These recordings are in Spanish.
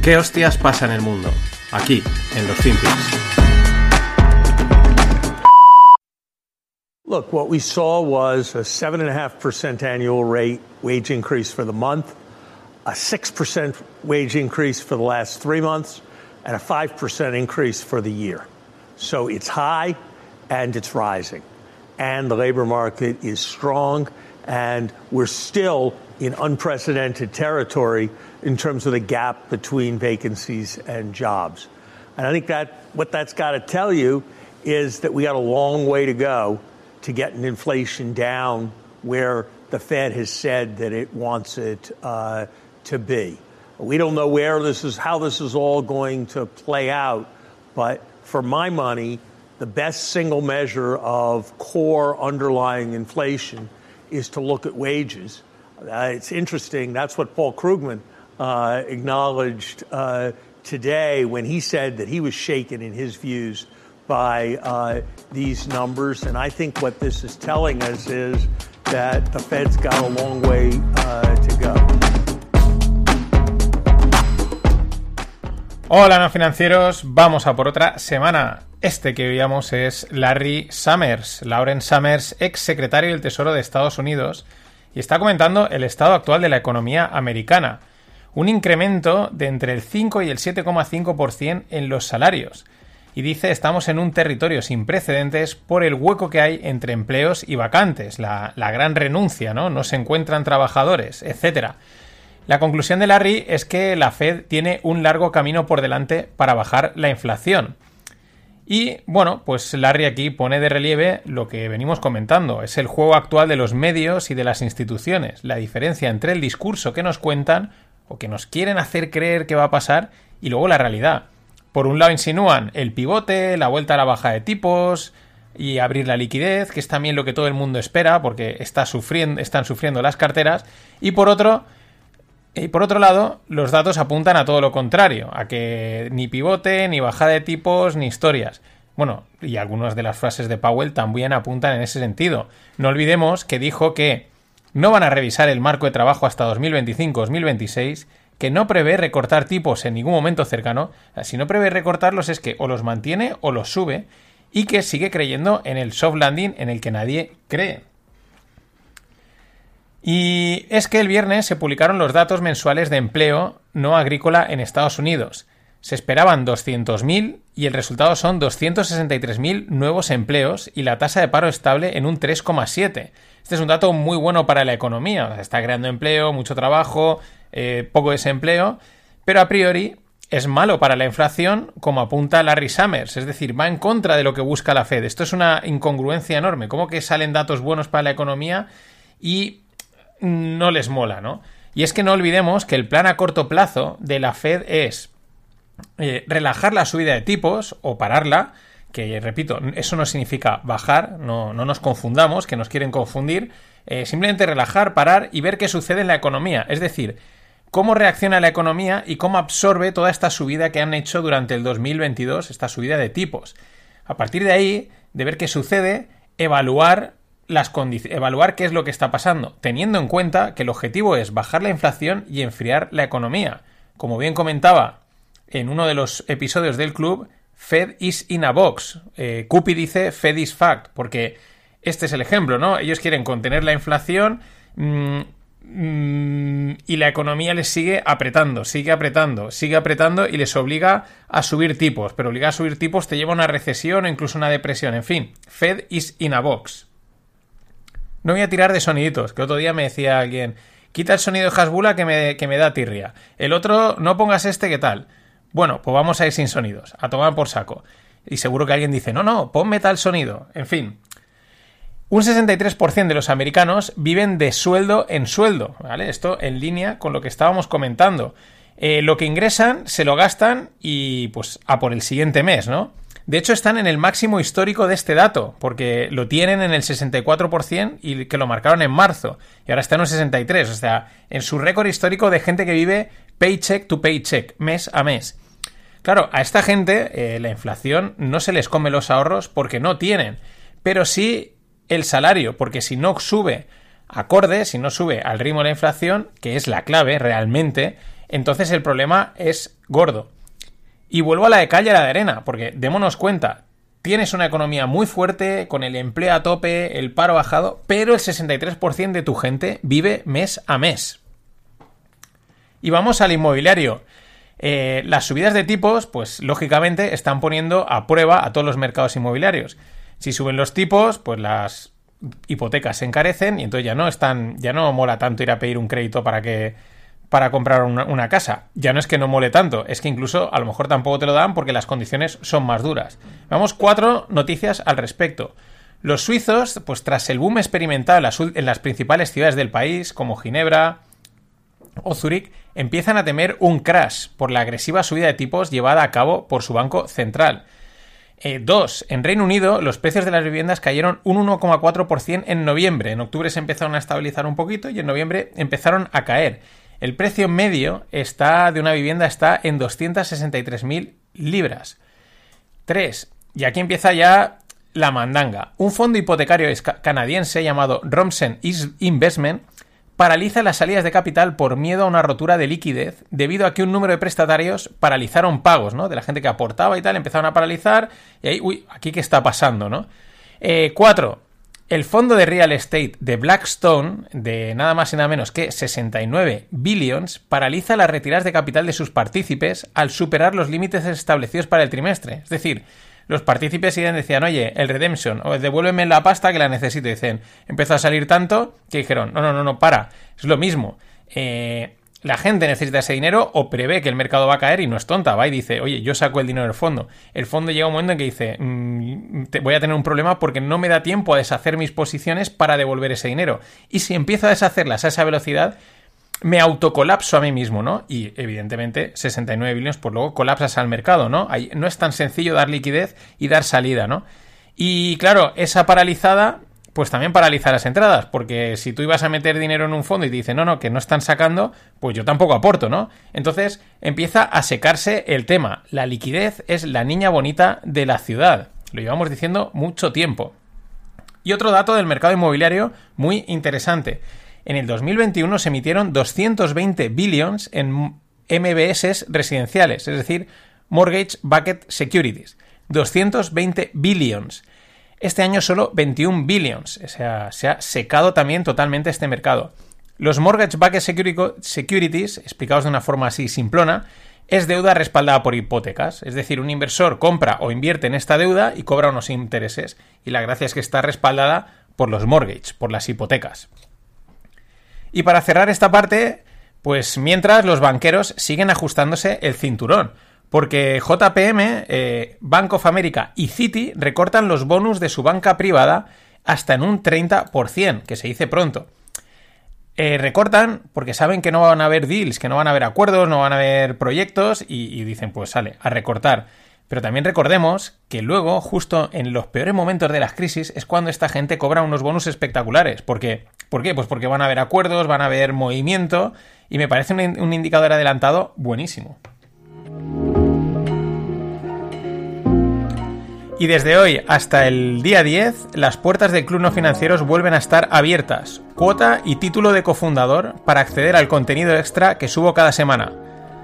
¿Qué hostias pasa en el mundo? Aquí, en los FinPix. Look, what we saw was a 7.5% annual rate wage increase for the month, a 6% wage increase for the last 3 months, and a 5% increase for the year. So it's high and it's rising. And the labor market is strong, and we're still in unprecedented territory in terms of the gap between vacancies and jobs. And I think that what that's got to tell you is that we got a long way to go to getting inflation down where the Fed has said that it wants it to be. We don't know how this is all going to play out, but for my money, the best single measure of core underlying inflation is to look at wages. It's interesting. That's what Paul Krugman acknowledged today when he said that he was shaken in his views by these numbers. And I think what this is telling us is that the Fed's got a long way to go. Hola, no financieros. Vamos a por otra semana. Este que veíamos es Larry Summers, Lawrence Summers, ex secretario del Tesoro de Estados Unidos, y está comentando el estado actual de la economía americana. Un incremento de entre el 5 y el 7,5% en los salarios. Y dice, estamos en un territorio sin precedentes por el hueco que hay entre empleos y vacantes, la gran renuncia, ¿no? Se encuentran trabajadores, etc. La conclusión de Larry es que la Fed tiene un largo camino por delante para bajar la inflación. Y, bueno, pues Larry aquí pone de relieve lo que venimos comentando. Es el juego actual de los medios y de las instituciones. La diferencia entre el discurso que nos cuentan o que nos quieren hacer creer que va a pasar y luego la realidad. Por un lado insinúan el pivote, la vuelta a la baja de tipos y abrir la liquidez, que es también lo que todo el mundo espera porque están sufriendo las carteras. Y por otro lado, los datos apuntan a todo lo contrario, a que ni pivote, ni bajada de tipos, ni historias. Bueno, y algunas de las frases de Powell también apuntan en ese sentido. No olvidemos que dijo que no van a revisar el marco de trabajo hasta 2025-2026, que no prevé recortar tipos en ningún momento cercano. Si no prevé recortarlos es que o los mantiene o los sube, y que sigue creyendo en el soft landing en el que nadie cree. Y es que el viernes se publicaron los datos mensuales de empleo no agrícola en Estados Unidos. Se esperaban 200.000 y el resultado son 263.000 nuevos empleos y la tasa de paro estable en un 3,7. Este es un dato muy bueno para la economía. O sea, está creando empleo, mucho trabajo, poco desempleo, pero a priori es malo para la inflación, como apunta Larry Summers. Es decir, va en contra de lo que busca la Fed. Esto es una incongruencia enorme. ¿Cómo que salen datos buenos para la economía y no les mola, ¿no? Y es que no olvidemos que el plan a corto plazo de la Fed es relajar la subida de tipos o pararla, que repito, eso no significa bajar, no nos confundamos, que nos quieren confundir, simplemente relajar, parar y ver qué sucede en la economía, es decir, cómo reacciona la economía y cómo absorbe toda esta subida que han hecho durante el 2022, esta subida de tipos. A partir de ahí, de ver qué sucede, evaluar qué es lo que está pasando, teniendo en cuenta que el objetivo es bajar la inflación y enfriar la economía. Como bien comentaba en uno de los episodios del club, Fed is in a box. Cupi dice Fed is fact, porque este es el ejemplo, ¿no? Ellos quieren contener la inflación y la economía les sigue apretando y les obliga a subir tipos, pero obligar a subir tipos te lleva a una recesión o incluso una depresión. En fin, Fed is in a box. No voy a tirar de soniditos, que otro día me decía alguien, quita el sonido de Hasbula que me da tirria. El otro, no pongas este, ¿qué tal? Bueno, pues vamos a ir sin sonidos, a tomar por saco. Y seguro que alguien dice, no, ponme tal sonido. En fin, un 63% de los americanos viven de sueldo en sueldo, ¿vale? Esto en línea con lo que estábamos comentando. Lo que ingresan se lo gastan y pues a por el siguiente mes, ¿no? De hecho, están en el máximo histórico de este dato, porque lo tienen en el 64% y que lo marcaron en marzo, y ahora está en un 63%, o sea, en su récord histórico de gente que vive paycheck to paycheck, mes a mes. Claro, a esta gente la inflación no se les come los ahorros porque no tienen, pero sí el salario, porque si no sube acorde, si no sube al ritmo de la inflación, que es la clave realmente, entonces el problema es gordo. Y vuelvo a la de cal y a la de arena, porque démonos cuenta, tienes una economía muy fuerte, con el empleo a tope, el paro bajado, pero el 63% de tu gente vive mes a mes. Y vamos al inmobiliario. Las subidas de tipos, pues lógicamente están poniendo a prueba a todos los mercados inmobiliarios. Si suben los tipos, pues las hipotecas se encarecen y entonces ya no mola tanto ir a pedir un crédito para comprar una casa. Ya no es que no mole tanto, es que incluso a lo mejor tampoco te lo dan porque las condiciones son más duras. Vamos, 4 noticias al respecto. Los suizos, pues tras el boom experimentado en las principales ciudades del país, como Ginebra o Zúrich, empiezan a temer un crash por la agresiva subida de tipos llevada a cabo por su banco central. 2. En Reino Unido, los precios de las viviendas cayeron un 1,4% en noviembre. En octubre se empezaron a estabilizar un poquito y en noviembre empezaron a caer. El precio medio de una vivienda está en 263.000 libras. 3. Y aquí empieza ya la mandanga. Un fondo hipotecario canadiense llamado Romsen Investment paraliza las salidas de capital por miedo a una rotura de liquidez debido a que un número de prestatarios paralizaron pagos, ¿no? De la gente que aportaba y tal, empezaron a paralizar y ahí, ¿aquí qué está pasando, no? 4. El fondo de real estate de Blackstone, de nada más y nada menos que 69 billions, paraliza las retiradas de capital de sus partícipes al superar los límites establecidos para el trimestre. Es decir, los partícipes decían, oye, el redemption, o devuélveme la pasta que la necesito. Dicen, empezó a salir tanto que dijeron, no, para, es lo mismo. La gente necesita ese dinero o prevé que el mercado va a caer y no es tonta, va y dice, oye, yo saco el dinero del fondo. El fondo llega un momento en que dice, voy a tener un problema porque no me da tiempo a deshacer mis posiciones para devolver ese dinero. Y si empiezo a deshacerlas a esa velocidad, me autocolapso a mí mismo, ¿no? Y evidentemente 69 billones, pues luego colapsas al mercado, ¿no? Ahí no es tan sencillo dar liquidez y dar salida, ¿no? Y claro, esa paralizada, pues también paraliza las entradas, porque si tú ibas a meter dinero en un fondo y te dicen, no, que no están sacando, pues yo tampoco aporto, ¿no? Entonces empieza a secarse el tema. La liquidez es la niña bonita de la ciudad. Lo llevamos diciendo mucho tiempo. Y otro dato del mercado inmobiliario muy interesante. En el 2021 se emitieron 220 billions en MBS residenciales, es decir, Mortgage Backed Securities. 220 billions. Este año solo 21 billions. O sea, se ha secado también totalmente este mercado. Los Mortgage Backed Securities, explicados de una forma así simplona, es deuda respaldada por hipotecas. Es decir, un inversor compra o invierte en esta deuda y cobra unos intereses. Y la gracia es que está respaldada por los mortgage, por las hipotecas. Y para cerrar esta parte, pues mientras los banqueros siguen ajustándose el cinturón, porque JPM, Bank of America y Citi recortan los bonus de su banca privada hasta en un 30%, que se dice pronto. Recortan porque saben que no van a haber deals, que no van a haber acuerdos, no van a haber proyectos y dicen, pues sale, a recortar. Pero también recordemos que luego, justo en los peores momentos de las crisis, es cuando esta gente cobra unos bonus espectaculares. ¿Por qué? Pues porque van a haber acuerdos, van a haber movimiento y me parece un indicador adelantado buenísimo. Y desde hoy hasta el día 10, las puertas del Club No Financieros vuelven a estar abiertas. Cuota y título de cofundador para acceder al contenido extra que subo cada semana.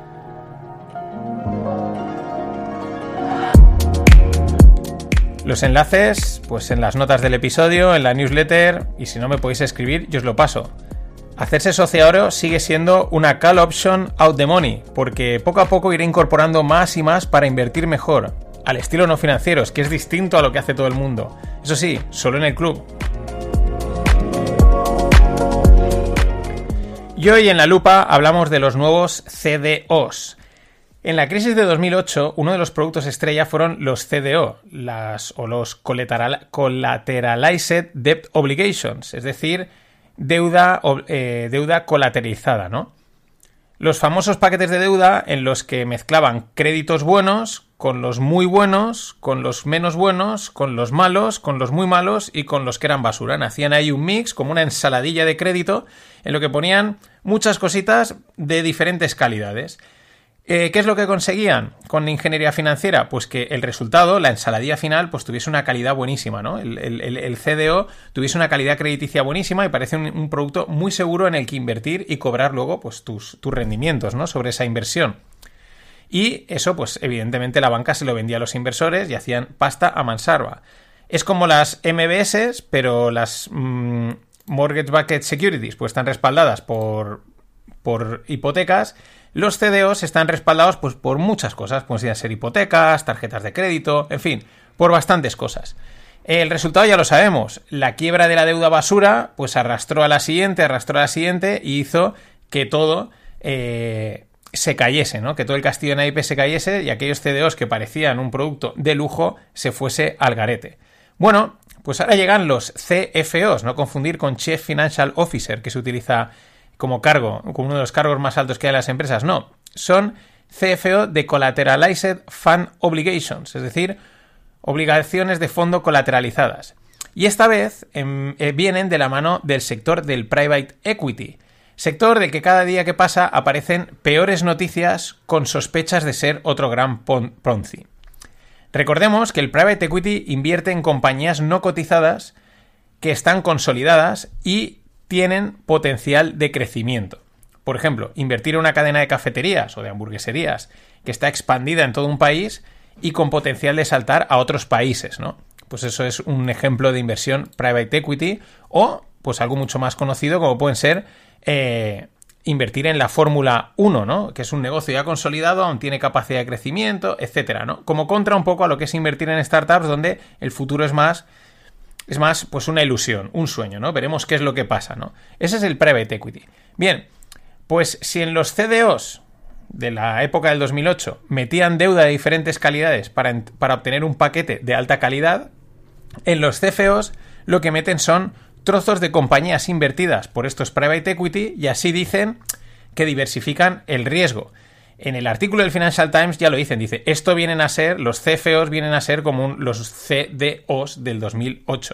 Los enlaces, pues en las notas del episodio, en la newsletter, y si no me podéis escribir, yo os lo paso. Hacerse socio oro sigue siendo una call option out the money, porque poco a poco iré incorporando más y más para invertir mejor, al estilo No Financieros, que es distinto a lo que hace todo el mundo. Eso sí, solo en el club. Y hoy en La Lupa hablamos de los nuevos CDOs. En la crisis de 2008, uno de los productos estrella fueron los CDO, los Collateralized Debt Obligations, es decir, deuda colateralizada, ¿no? Los famosos paquetes de deuda en los que mezclaban créditos buenos con los muy buenos, con los menos buenos, con los malos, con los muy malos y con los que eran basura. Hacían ahí un mix, como una ensaladilla de crédito, en lo que ponían muchas cositas de diferentes calidades. ¿Qué es lo que conseguían con ingeniería financiera? Pues que el resultado, la ensaladilla final, pues tuviese una calidad buenísima, ¿no? El CDO tuviese una calidad crediticia buenísima y parece un producto muy seguro en el que invertir y cobrar luego pues tus rendimientos, ¿no? Sobre esa inversión. Y eso, pues evidentemente la banca se lo vendía a los inversores y hacían pasta a mansalva. Es como las MBS, pero las Mortgage Backed Securities pues están respaldadas por hipotecas. Los CDOs están respaldados pues por muchas cosas, podrían ser hipotecas, tarjetas de crédito, en fin, por bastantes cosas. El resultado ya lo sabemos, la quiebra de la deuda basura pues arrastró a la siguiente y hizo que todo se cayese, ¿no? Que todo el castillo de naipes se cayese y aquellos CDOs que parecían un producto de lujo se fuese al garete. Bueno, pues ahora llegan los CFOs, no confundir con Chief Financial Officer, que se utiliza como cargo, como uno de los cargos más altos que hay en las empresas. No, son CFO de Collateralized Fund Obligations, es decir, obligaciones de fondo colateralizadas. Y esta vez vienen de la mano del sector del private equity, sector del que cada día que pasa aparecen peores noticias con sospechas de ser otro gran Ponzi. Recordemos que el private equity invierte en compañías no cotizadas que están consolidadas y tienen potencial de crecimiento. Por ejemplo, invertir en una cadena de cafeterías o de hamburgueserías que está expandida en todo un país y con potencial de saltar a otros países, ¿no? Pues eso es un ejemplo de inversión private equity o pues algo mucho más conocido como pueden ser invertir en la Fórmula 1, ¿no? Que es un negocio ya consolidado, aún tiene capacidad de crecimiento, etcétera, ¿no? Como contra un poco a lo que es invertir en startups donde el futuro es más pues una ilusión, un sueño, ¿no? Veremos qué es lo que pasa, ¿no? Ese es el private equity. Bien, pues si en los CDOs de la época del 2008 metían deuda de diferentes calidades para obtener un paquete de alta calidad, en los CFOs lo que meten son trozos de compañías invertidas por estos private equity y así dicen que diversifican el riesgo. En el artículo del Financial Times ya lo dicen, dice, esto vienen a ser, los CFOs vienen a ser como los CDOs del 2008.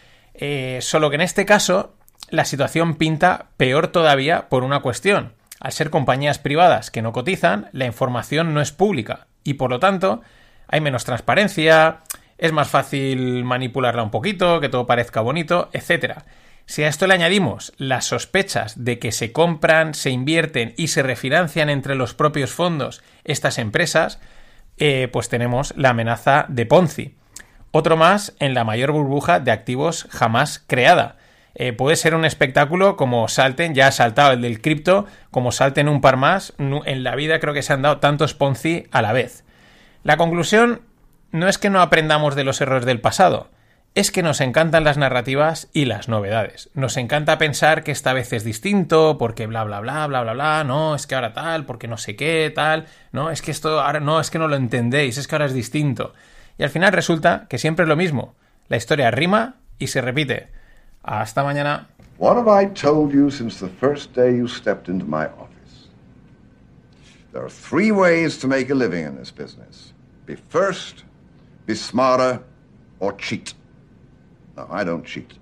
Solo que en este caso la situación pinta peor todavía por una cuestión. Al ser compañías privadas que no cotizan, la información no es pública y por lo tanto hay menos transparencia, es más fácil manipularla un poquito, que todo parezca bonito, etcétera. Si a esto le añadimos las sospechas de que se compran, se invierten y se refinancian entre los propios fondos estas empresas, pues tenemos la amenaza de Ponzi. Otro más en la mayor burbuja de activos jamás creada. Puede ser un espectáculo como salten, ya ha saltado el del cripto, como salten un par más. En la vida creo que se han dado tantos Ponzi a la vez. La conclusión no es que no aprendamos de los errores del pasado, es que nos encantan las narrativas y las novedades. Nos encanta pensar que esta vez es distinto, porque bla, bla, bla, bla, bla, bla, no, es que ahora tal, porque no sé qué, tal, no, es que esto ahora no, es que no lo entendéis, es que ahora es distinto. Y al final resulta que siempre es lo mismo. La historia rima y se repite. Hasta mañana. What have I told you since the first day you stepped into my office? There are 3 ways to make a living in this business. Be first, be smarter, or cheat. No, I don't cheat.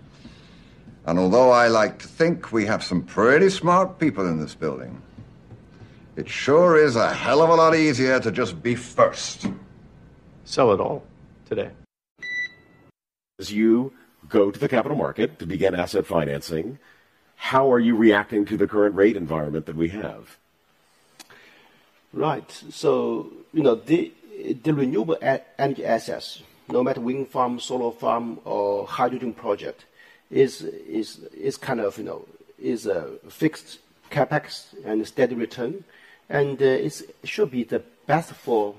And although I like to think we have some pretty smart people in this building, it sure is a hell of a lot easier to just be first. Sell it all today. As you go to the capital market to begin asset financing, how are you reacting to the current rate environment that we have? Right. So, the renewable energy assets, no matter wind farm, solar farm, or hydrogen project, is kind of, is a fixed capex and steady return, and it should be the best for,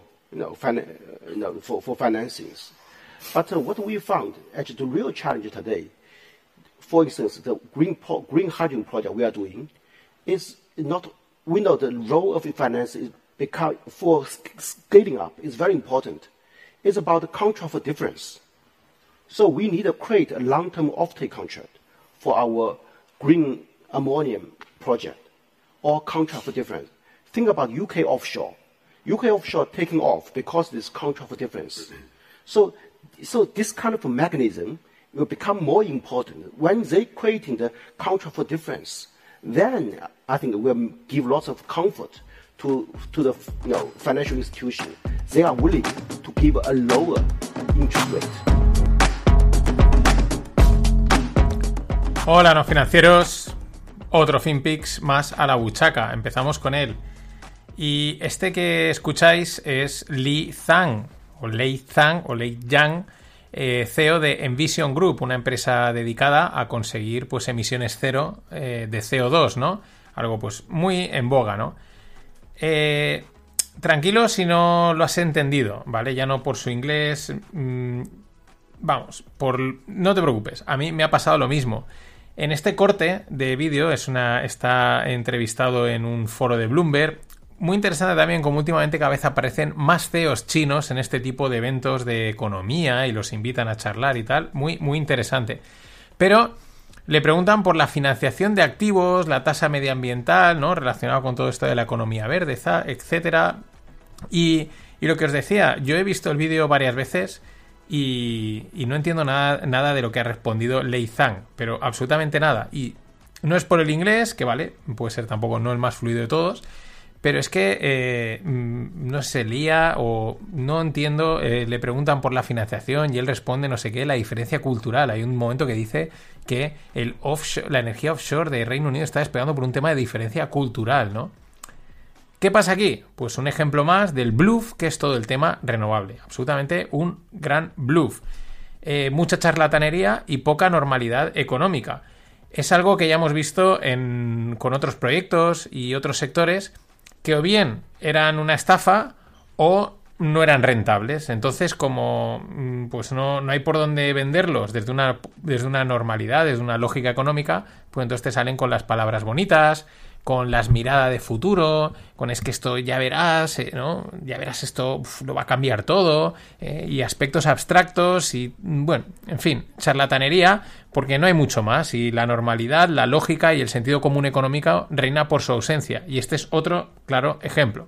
for financings. But what we found, actually, the real challenge today, for instance, the green hydrogen project we are doing, is not. We know the role of finance is for scaling up is very important. It's about the contract for difference. So we need to create a long-term offtake contract for our green ammonium project or contract for difference. Think about UK offshore. UK offshore taking off because of this contract for difference. So this kind of a mechanism will become more important when they creating the contract for difference. Then I think it will give lots of comfort to the financial institution, they are willing to give a lower interest rate. Hola, no financieros. Otro FinPix más a la buchaca. Empezamos con él. Y este que escucháis es Lei Zhang, o Lei Zhang, o Lei Yang, CEO de Envision Group, una empresa dedicada a conseguir pues emisiones cero de CO2, ¿no? Algo pues muy en boga, ¿no? Tranquilo si no lo has entendido, ¿vale? Ya no por su inglés. Vamos, no te preocupes, a mí me ha pasado lo mismo. En este corte de vídeo está entrevistado en un foro de Bloomberg. Muy interesante también como últimamente cada vez aparecen más CEOs chinos en este tipo de eventos de economía y los invitan a charlar y tal. Muy, muy interesante. Pero le preguntan por la financiación de activos, la tasa medioambiental, ¿no? Relacionado con todo esto de la economía verde, etcétera. Y lo que os decía, yo he visto el vídeo varias veces y no entiendo nada de lo que ha respondido Lei Zhang, pero absolutamente nada. Y no es por el inglés, que vale, puede ser tampoco no el más fluido de todos, pero es que no se lía o no entiendo. Le preguntan por la financiación y él responde no sé qué, la diferencia cultural. Hay un momento que dice que la energía offshore de Reino Unido está despegando por un tema de diferencia cultural, ¿no? ¿Qué pasa aquí? Pues un ejemplo más del bluff que es todo el tema renovable. Absolutamente un gran bluff. Mucha charlatanería y poca normalidad económica. Es algo que ya hemos visto con otros proyectos y otros sectores que o bien eran una estafa o no eran rentables. Entonces, como pues no hay por dónde venderlos desde una normalidad, desde una lógica económica, pues entonces te salen con las palabras bonitas, con las miradas de futuro, con es que esto ya verás, ¿no? Ya verás, esto lo va a cambiar todo, y aspectos abstractos y, bueno, en fin, charlatanería, porque no hay mucho más y la normalidad, la lógica y el sentido común económico reina por su ausencia. Y este es otro claro ejemplo.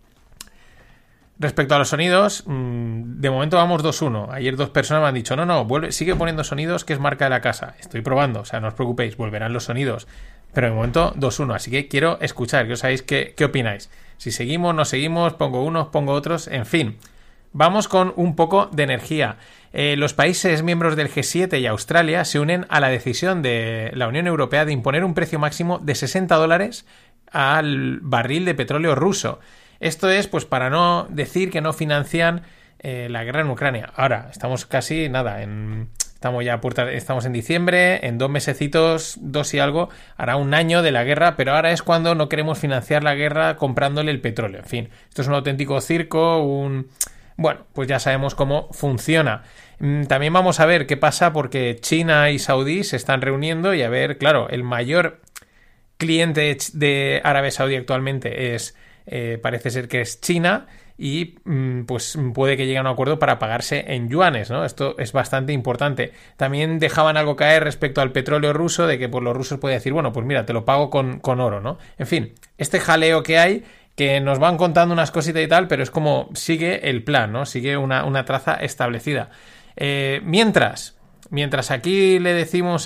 Respecto a los sonidos, de momento vamos 2-1. Ayer 2 personas me han dicho, no, sigue poniendo sonidos que es marca de la casa. Estoy probando, o sea, no os preocupéis, volverán los sonidos. Pero de momento 2-1, así que quiero escuchar, que os sabéis qué opináis. Si seguimos, no seguimos, pongo unos, pongo otros, en fin. Vamos con un poco de energía. Los países miembros del G7 y Australia se unen a la decisión de la Unión Europea de imponer un precio máximo de $60 al barril de petróleo ruso. Esto es pues para no decir que no financian la guerra en Ucrania. Ahora, estamos casi estamos en diciembre, en 2 mesecitos, 2 y algo, hará un año de la guerra, pero ahora es cuando no queremos financiar la guerra comprándole el petróleo. En fin, esto es un auténtico circo, bueno, pues ya sabemos cómo funciona. También vamos a ver qué pasa porque China y Saudí se están reuniendo y a ver, claro, el mayor cliente de Arabia Saudí actualmente parece ser que es China. Y pues puede que lleguen a un acuerdo para pagarse en yuanes, ¿no? Esto es bastante importante. También dejaban algo caer respecto al petróleo ruso, de que pues, los rusos pueden decir, bueno, pues mira, te lo pago con oro, ¿no? En fin, este jaleo que hay, que nos van contando unas cositas y tal, pero es como sigue el plan, ¿no? Sigue una traza establecida. Mientras aquí le decimos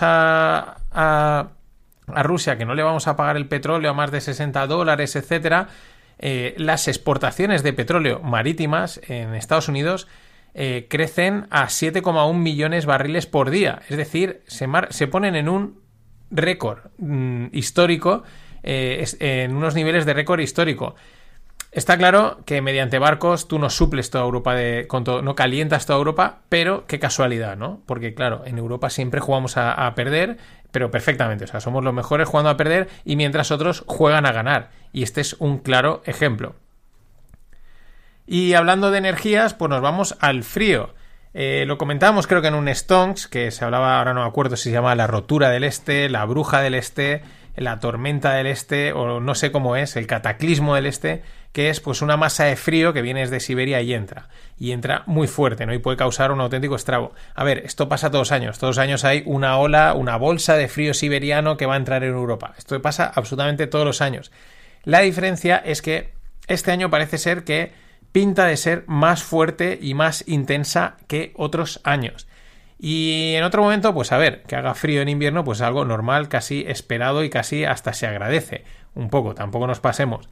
a Rusia que no le vamos a pagar el petróleo a más de $60, etcétera, las exportaciones de petróleo marítimas en Estados Unidos crecen a 7,1 millones barriles por día. Es decir, se ponen en un récord histórico, en unos niveles de récord histórico. Está claro que mediante barcos tú no suples toda Europa, no calientas toda Europa, pero qué casualidad, ¿no? Porque claro, en Europa siempre jugamos a perder, pero perfectamente, o sea, somos los mejores jugando a perder y mientras otros juegan a ganar. Y este es un claro ejemplo. Y hablando de energías, pues nos vamos al frío. Lo comentábamos creo que en un Stonks, que se hablaba, ahora no me acuerdo si se llama la rotura del este, la bruja del este, la tormenta del este, o no sé cómo es, el cataclismo del este, que es pues una masa de frío que viene desde Siberia y entra muy fuerte, ¿no? Y puede causar un auténtico estrago. A ver, esto pasa todos los años hay una bolsa de frío siberiano que va a entrar en Europa. Esto pasa absolutamente todos los años. La diferencia es que este año parece ser que pinta de ser más fuerte y más intensa que otros años. Y en otro momento, pues a ver, que haga frío en invierno, pues algo normal, casi esperado y casi hasta se agradece un poco, tampoco nos pasemos.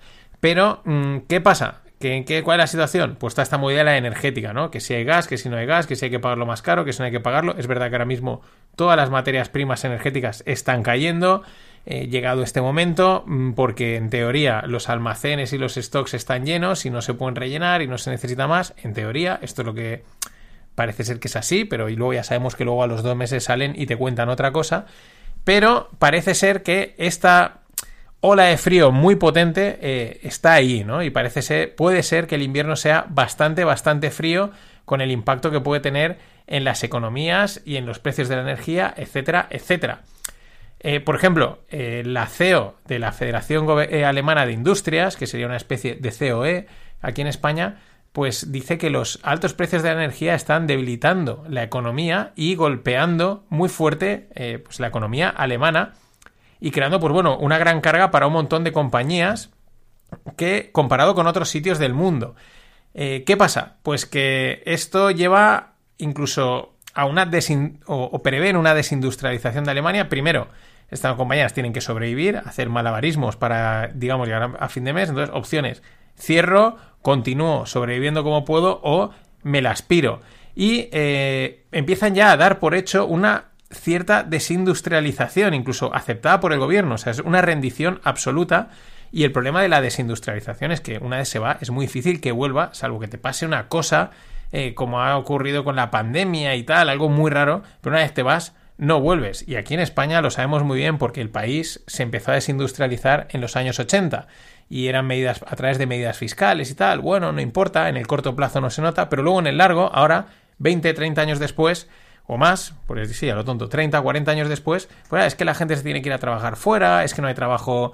Pero, ¿qué pasa? ¿Cuál es la situación? Pues está esta movida de la energética, ¿no? Que si hay gas, que si no hay gas, que si hay que pagarlo más caro, que si no hay que pagarlo. Es verdad que ahora mismo todas las materias primas energéticas están cayendo. Llegado este momento, porque en teoría los almacenes y los stocks están llenos y no se pueden rellenar y no se necesita más. En teoría, esto es lo que parece ser que es así, pero y luego ya sabemos que luego a los 2 meses salen y te cuentan otra cosa. Pero parece ser que esta ola de frío muy potente está ahí, ¿no? Y puede ser que el invierno sea bastante frío, con el impacto que puede tener en las economías y en los precios de la energía, etcétera, etcétera. Por ejemplo, la CEO de la Federación Alemana de Industrias, que sería una especie de COE aquí en España, pues dice que los altos precios de la energía están debilitando la economía y golpeando muy fuerte pues la economía alemana, y creando, pues bueno, una gran carga para un montón de compañías que, comparado con otros sitios del mundo. ¿Qué pasa? Pues que esto lleva incluso a una prevé una desindustrialización de Alemania. Primero, estas compañías tienen que sobrevivir, hacer malabarismos para, digamos, llegar a fin de mes. Entonces, opciones: cierro, continúo sobreviviendo como puedo, o me las piro. Y empiezan ya a dar por hecho una cierta desindustrialización, incluso aceptada por el gobierno. O sea, es una rendición absoluta. Y el problema de la desindustrialización es que una vez se va, es muy difícil que vuelva, salvo que te pase una cosa como ha ocurrido con la pandemia y tal, algo muy raro, pero una vez te vas, no vuelves. Y aquí en España lo sabemos muy bien, porque el país se empezó a desindustrializar en los años 80 y eran medidas a través de medidas fiscales y tal. Bueno, no importa, en el corto plazo no se nota, pero luego en el largo, ahora, 20, 30 años después, o más, pues sí, a lo tonto, 30, 40 años después, pues es que la gente se tiene que ir a trabajar fuera, es que no hay trabajo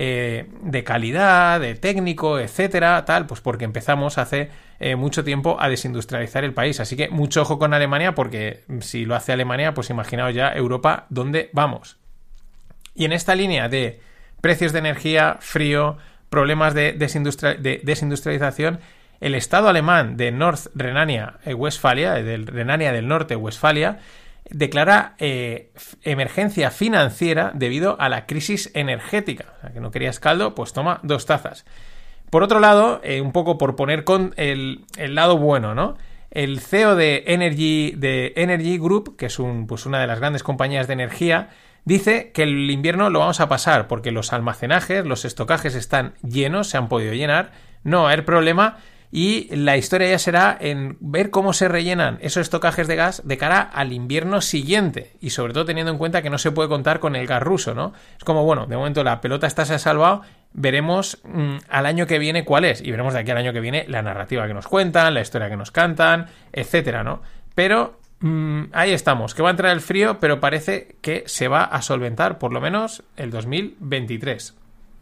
de calidad, de técnico, etcétera, tal, pues porque empezamos hace mucho tiempo a desindustrializar el país. Así que mucho ojo con Alemania, porque si lo hace Alemania, pues imaginaos ya Europa dónde vamos. Y en esta línea de precios de energía, frío, problemas de desindustrialización, el Estado alemán de North Renania-Westfalia, del Renania del Norte-Westfalia, declara emergencia financiera debido a la crisis energética. O sea, que no querías caldo, pues toma 2 tazas. Por otro lado, un poco por poner con el lado bueno, ¿no? El CEO de Energy Group, que es una de las grandes compañías de energía, dice que el invierno lo vamos a pasar porque los almacenajes, los estocajes están llenos, se han podido llenar, no va a haber problema. Y la historia ya será en ver cómo se rellenan esos estocajes de gas de cara al invierno siguiente, y sobre todo teniendo en cuenta que no se puede contar con el gas ruso, ¿no? Es como, bueno, de momento la pelota se ha salvado, veremos al año que viene cuál es, y veremos de aquí al año que viene la narrativa que nos cuentan, la historia que nos cantan, etcétera, ¿no? Pero ahí estamos, que va a entrar el frío, pero parece que se va a solventar por lo menos el 2023.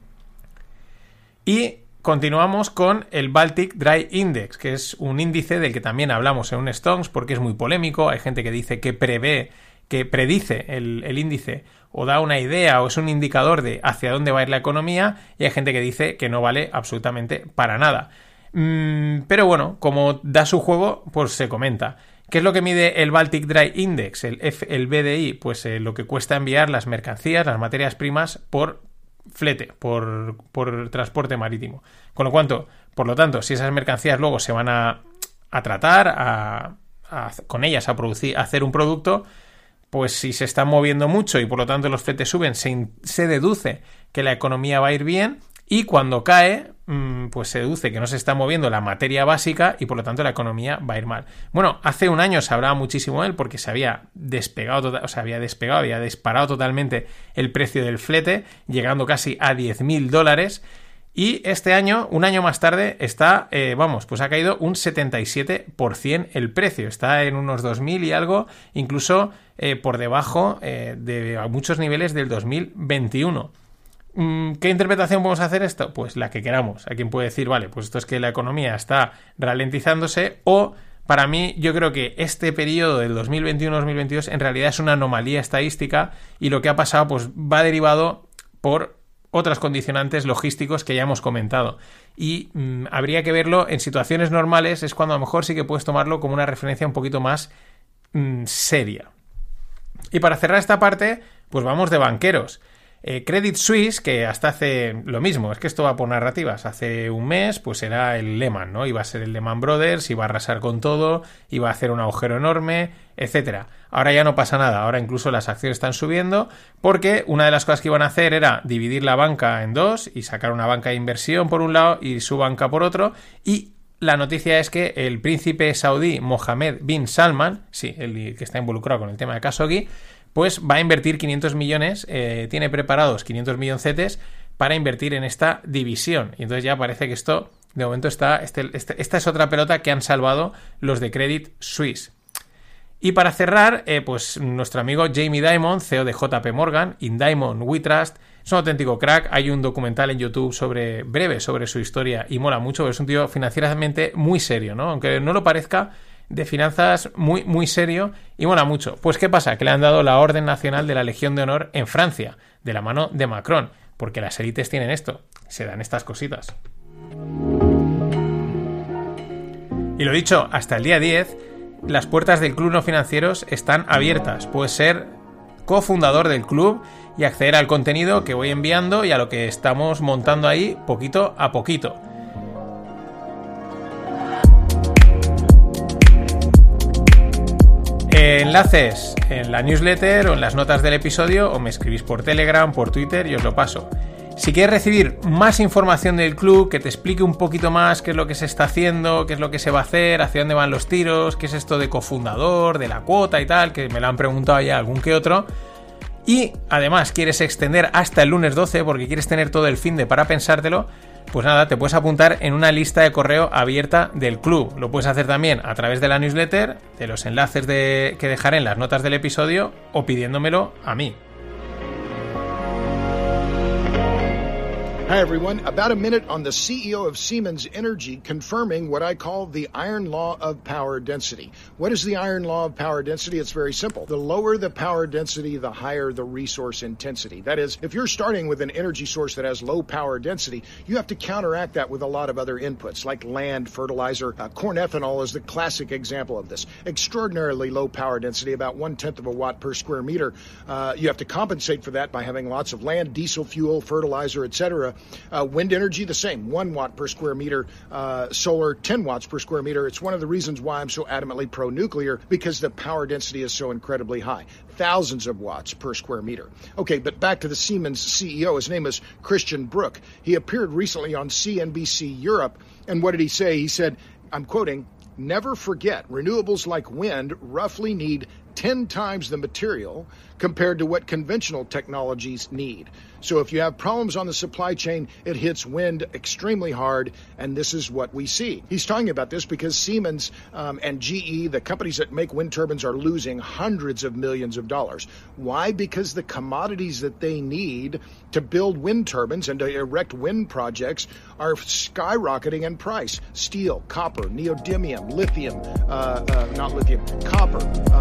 Y continuamos con el Baltic Dry Index, que es un índice del que también hablamos en un Stones, porque es muy polémico. Hay gente que dice que predice el índice, o da una idea, o es un indicador de hacia dónde va a ir la economía, y hay gente que dice que no vale absolutamente para nada. Pero bueno, como da su juego, pues se comenta. ¿Qué es lo que mide el Baltic Dry Index, el BDI? Pues lo que cuesta enviar las mercancías, las materias primas, por flete, por transporte marítimo. Por lo tanto, si esas mercancías luego se van a tratar, con ellas a producir, a hacer un producto, pues si se están moviendo mucho y por lo tanto los fletes suben, se deduce que la economía va a ir bien, y cuando cae, pues se deduce que no se está moviendo la materia básica y por lo tanto la economía va a ir mal. Bueno, hace un año se hablaba muchísimo de él porque se había había disparado totalmente el precio del flete, llegando casi a $10.000, y este año, un año más tarde, está, pues ha caído un 77% el precio, está en unos 2.000 y algo, incluso por debajo de muchos niveles del 2021. ¿Qué interpretación podemos hacer esto? Pues la que queramos. Hay quien puede decir, vale, pues esto es que la economía está ralentizándose, o para mí yo creo que este periodo del 2021-2022 en realidad es una anomalía estadística, y lo que ha pasado pues va derivado por otras condicionantes logísticos que ya hemos comentado, y habría que verlo en situaciones normales, es cuando a lo mejor sí que puedes tomarlo como una referencia un poquito más seria. Y para cerrar esta parte, pues vamos de banqueros. Credit Suisse, que hasta hace lo mismo, es que esto va por narrativas, hace un mes pues era el Lehman, ¿no? Iba a ser el Lehman Brothers, iba a arrasar con todo, iba a hacer un agujero enorme, etcétera. Ahora ya no pasa nada, ahora incluso las acciones están subiendo porque una de las cosas que iban a hacer era dividir la banca en dos y sacar una banca de inversión por un lado y su banca por otro, y la noticia es que el príncipe saudí Mohammed bin Salman, sí, el que está involucrado con el tema de Khashoggi, pues va a invertir 500 millones, tiene preparados 500 milloncetes para invertir en esta división. Y entonces ya parece que esto, de momento, esta es otra pelota que han salvado los de Credit Suisse. Y para cerrar, pues nuestro amigo Jamie Dimon, CEO de JP Morgan, In Dimon We Trust, es un auténtico crack. Hay un documental en YouTube breve sobre su historia y mola mucho, porque es un tío financieramente muy serio, ¿no? Aunque no lo parezca, de finanzas muy, muy serio y mola mucho. Pues ¿qué pasa? Que le han dado la Orden Nacional de la Legión de Honor en Francia, de la mano de Macron, porque las élites tienen esto, se dan estas cositas. Y lo dicho, hasta el día 10, las puertas del Club No Financieros están abiertas. Puedes ser cofundador del club y acceder al contenido que voy enviando y a lo que estamos montando ahí poquito a poquito. Enlaces en la newsletter o en las notas del episodio, o me escribís por Telegram, por Twitter y os lo paso. Si quieres recibir más información del club, que te explique un poquito más qué es lo que se está haciendo, qué es lo que se va a hacer, hacia dónde van los tiros, qué es esto de cofundador, de la cuota y tal, que me lo han preguntado ya algún que otro, y además quieres extender hasta el lunes 12 porque quieres tener todo el finde para pensártelo, pues nada, te puedes apuntar en una lista de correo abierta del club. Lo puedes hacer también a través de la newsletter, de los enlaces que dejaré en las notas del episodio, o pidiéndomelo a mí. Hi, everyone. About a minute on the CEO of Siemens Energy confirming what I call the iron law of power density. What is the iron law of power density? It's very simple. The lower the power density, the higher the resource intensity. That is, if you're starting with an energy source that has low power density, you have to counteract that with a lot of other inputs, like land, fertilizer. Corn ethanol is the classic example of this. Extraordinarily low power density, about 1/10 of a watt per square meter. You have to compensate for that by having lots of land, diesel fuel, fertilizer, etc. Wind energy, the same, 1 watt per square meter. Solar, 10 watts per square meter. It's one of the reasons why I'm so adamantly pro-nuclear, because the power density is so incredibly high. Thousands of watts per square meter. Okay, but back to the Siemens CEO. His name is Christian Bruch. He appeared recently on CNBC Europe, and what did he say? He said, I'm quoting, "Never forget, renewables like wind roughly need 10 times the material compared to what conventional technologies need. So if you have problems on the supply chain, it hits wind extremely hard, and this is what we see." He's talking about this because Siemens and GE, the companies that make wind turbines, are losing hundreds of millions of dollars. Why? Because the commodities that they need to build wind turbines and to erect wind projects are skyrocketing in price. Steel, copper, neodymium, lithium, not lithium, copper,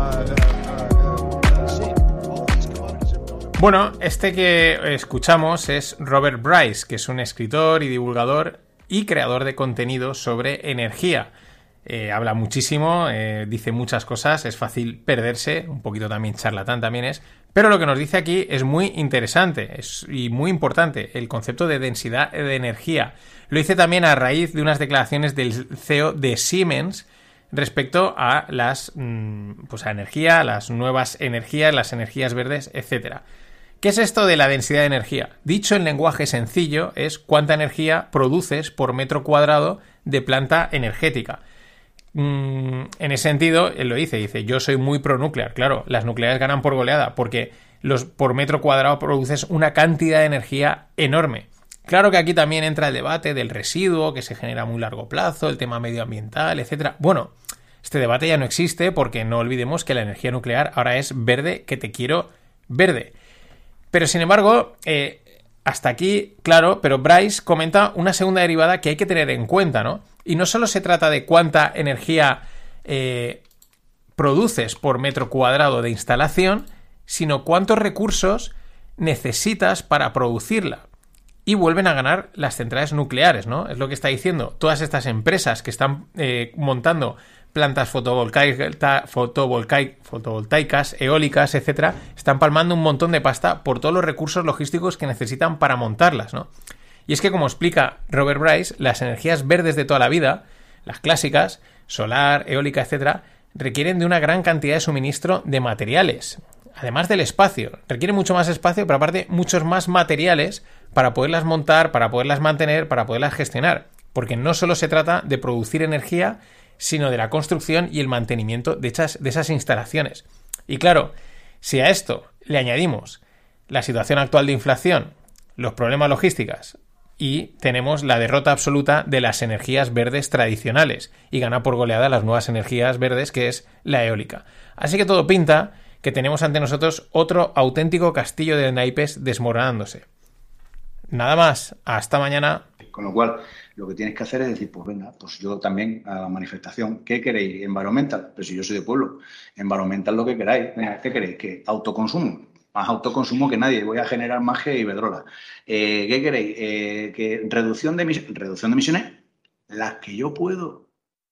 zinc. Bueno, este que escuchamos es Robert Bryce, que es un escritor y divulgador y creador de contenido sobre energía. Habla muchísimo, dice muchas cosas, es fácil perderse, un poquito también charlatán también es, pero lo que nos dice aquí es muy interesante y muy importante, el concepto de densidad de energía. Lo dice también a raíz de unas declaraciones del CEO de Siemens respecto a a energía, a las nuevas energías, las energías verdes, etcétera. ¿Qué es esto de la densidad de energía? Dicho en lenguaje sencillo, es cuánta energía produces por metro cuadrado de planta energética. En ese sentido, él lo dice, yo soy muy pro-nuclear. Claro, las nucleares ganan por goleada, porque por metro cuadrado produces una cantidad de energía enorme. Claro que aquí también entra el debate del residuo, que se genera a muy largo plazo, el tema medioambiental, etcétera. Bueno, este debate ya no existe, porque no olvidemos que la energía nuclear ahora es verde, que te quiero verde. Pero sin embargo, hasta aquí, claro, pero Bryce comenta una segunda derivada que hay que tener en cuenta, ¿no? Y no solo se trata de cuánta energía produces por metro cuadrado de instalación, sino cuántos recursos necesitas para producirla. Y vuelven a ganar las centrales nucleares, ¿no? Es lo que está diciendo. Todas estas empresas que están montando plantas fotovoltaicas, eólicas, etcétera, están palmando un montón de pasta por todos los recursos logísticos que necesitan para montarlas, ¿no? Y es que, como explica Robert Bryce, las energías verdes de toda la vida, las clásicas, solar, eólica, etcétera, requieren de una gran cantidad de suministro de materiales. Además del espacio, requiere mucho más espacio, pero aparte muchos más materiales para poderlas montar, para poderlas mantener, para poderlas gestionar. Porque no solo se trata de producir energía, sino de la construcción y el mantenimiento de esas instalaciones. Y claro, si a esto le añadimos la situación actual de inflación, los problemas logísticos y tenemos la derrota absoluta de las energías verdes tradicionales y gana por goleada las nuevas energías verdes, que es la eólica. Así que todo pinta que tenemos ante nosotros otro auténtico castillo de naipes desmoronándose. Nada más, hasta mañana. Con lo cual, lo que tienes que hacer es decir, pues venga, pues yo también a la manifestación. ¿Qué queréis? Environmental. Pero si yo soy de pueblo, environmental lo que queráis. Venga, ¿qué queréis? ¿Que autoconsumo? Más autoconsumo que nadie. Voy a generar más que Iberdrola. ¿Qué queréis? ¿Que reducción de emisiones? Las que yo puedo.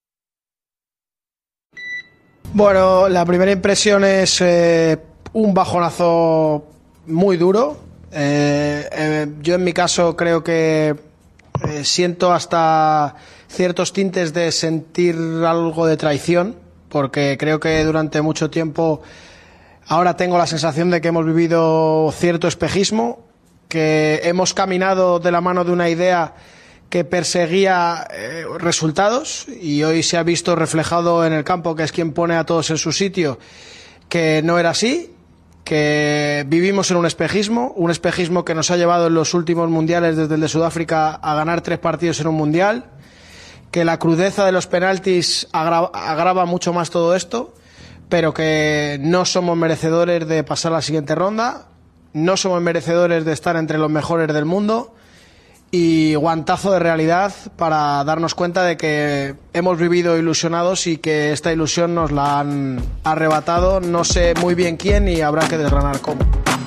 Bueno, la primera impresión es un bajonazo muy duro. Yo en mi caso creo que siento hasta ciertos tintes de sentir algo de traición, porque creo que durante mucho tiempo ahora tengo la sensación de que hemos vivido cierto espejismo, que hemos caminado de la mano de una idea que perseguía resultados y hoy se ha visto reflejado en el campo, que es quien pone a todos en su sitio, que no era así, que vivimos en un espejismo que nos ha llevado en los últimos mundiales desde el de Sudáfrica a ganar 3 partidos en un mundial, que la crudeza de los penaltis agrava mucho más todo esto, pero que no somos merecedores de pasar a la siguiente ronda, no somos merecedores de estar entre los mejores del mundo. Y guantazo de realidad para darnos cuenta de que hemos vivido ilusionados y que esta ilusión nos la han arrebatado, no sé muy bien quién y habrá que desgranar cómo.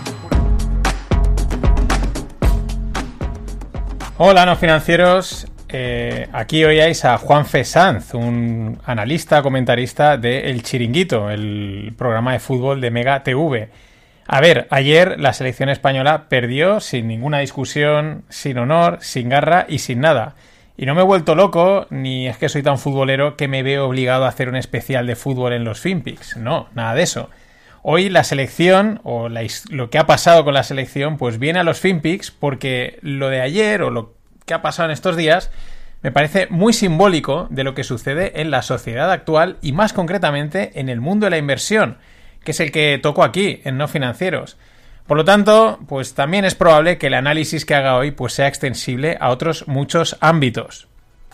Hola, no financieros. Aquí oíais a Juanfe Sanz, un analista, comentarista de El Chiringuito, el programa de fútbol de Mega TV. A ver, ayer la selección española perdió sin ninguna discusión, sin honor, sin garra y sin nada. Y no me he vuelto loco, ni es que soy tan futbolero que me veo obligado a hacer un especial de fútbol en los FinPix. No, nada de eso. Hoy la selección, o lo que ha pasado con la selección, pues viene a los FinPix porque lo de ayer, o lo que ha pasado en estos días, me parece muy simbólico de lo que sucede en la sociedad actual y más concretamente en el mundo de la inversión, que es el que toco aquí, en No Financieros. Por lo tanto, pues también es probable que el análisis que haga hoy pues sea extensible a otros muchos ámbitos.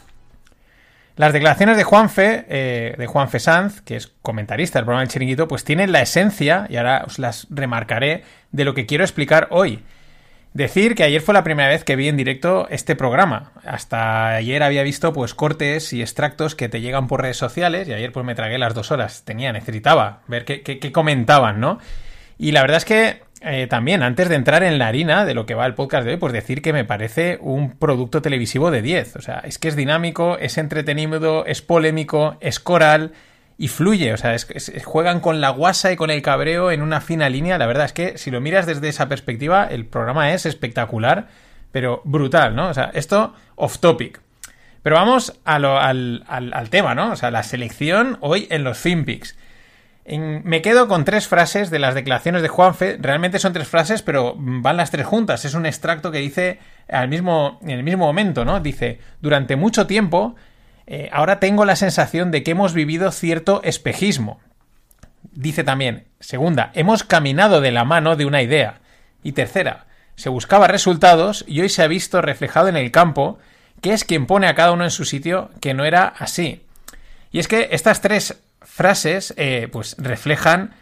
Las declaraciones de Juanfe Sanz, que es comentarista del programa del Chiringuito, pues tienen la esencia, y ahora os las remarcaré, de lo que quiero explicar hoy. Decir que ayer fue la primera vez que vi en directo este programa. Hasta ayer había visto pues cortes y extractos que te llegan por redes sociales y ayer pues me tragué las 2 horas. Necesitaba ver qué comentaban, ¿no? Y la verdad es que también, antes de entrar en la harina de lo que va el podcast de hoy, pues decir que me parece un producto televisivo de 10. O sea, es que es dinámico, es entretenido, es polémico, es coral y fluye. O sea, juegan con la guasa y con el cabreo en una fina línea. La verdad es que si lo miras desde esa perspectiva, el programa es espectacular, pero brutal, ¿no? O sea, esto off topic. Pero vamos al tema, ¿no? O sea, la selección hoy en los FinPix. Me quedo con 3 frases de las declaraciones de Juanfe. Realmente son 3 frases, pero van las 3 juntas. Es un extracto que dice en el mismo momento, ¿no? Dice: durante mucho tiempo, ahora tengo la sensación de que hemos vivido cierto espejismo. Dice también, segunda, hemos caminado de la mano de una idea. Y tercera, se buscaba resultados y hoy se ha visto reflejado en el campo que es quien pone a cada uno en su sitio, que no era así. Y es que estas 3 frases pues reflejan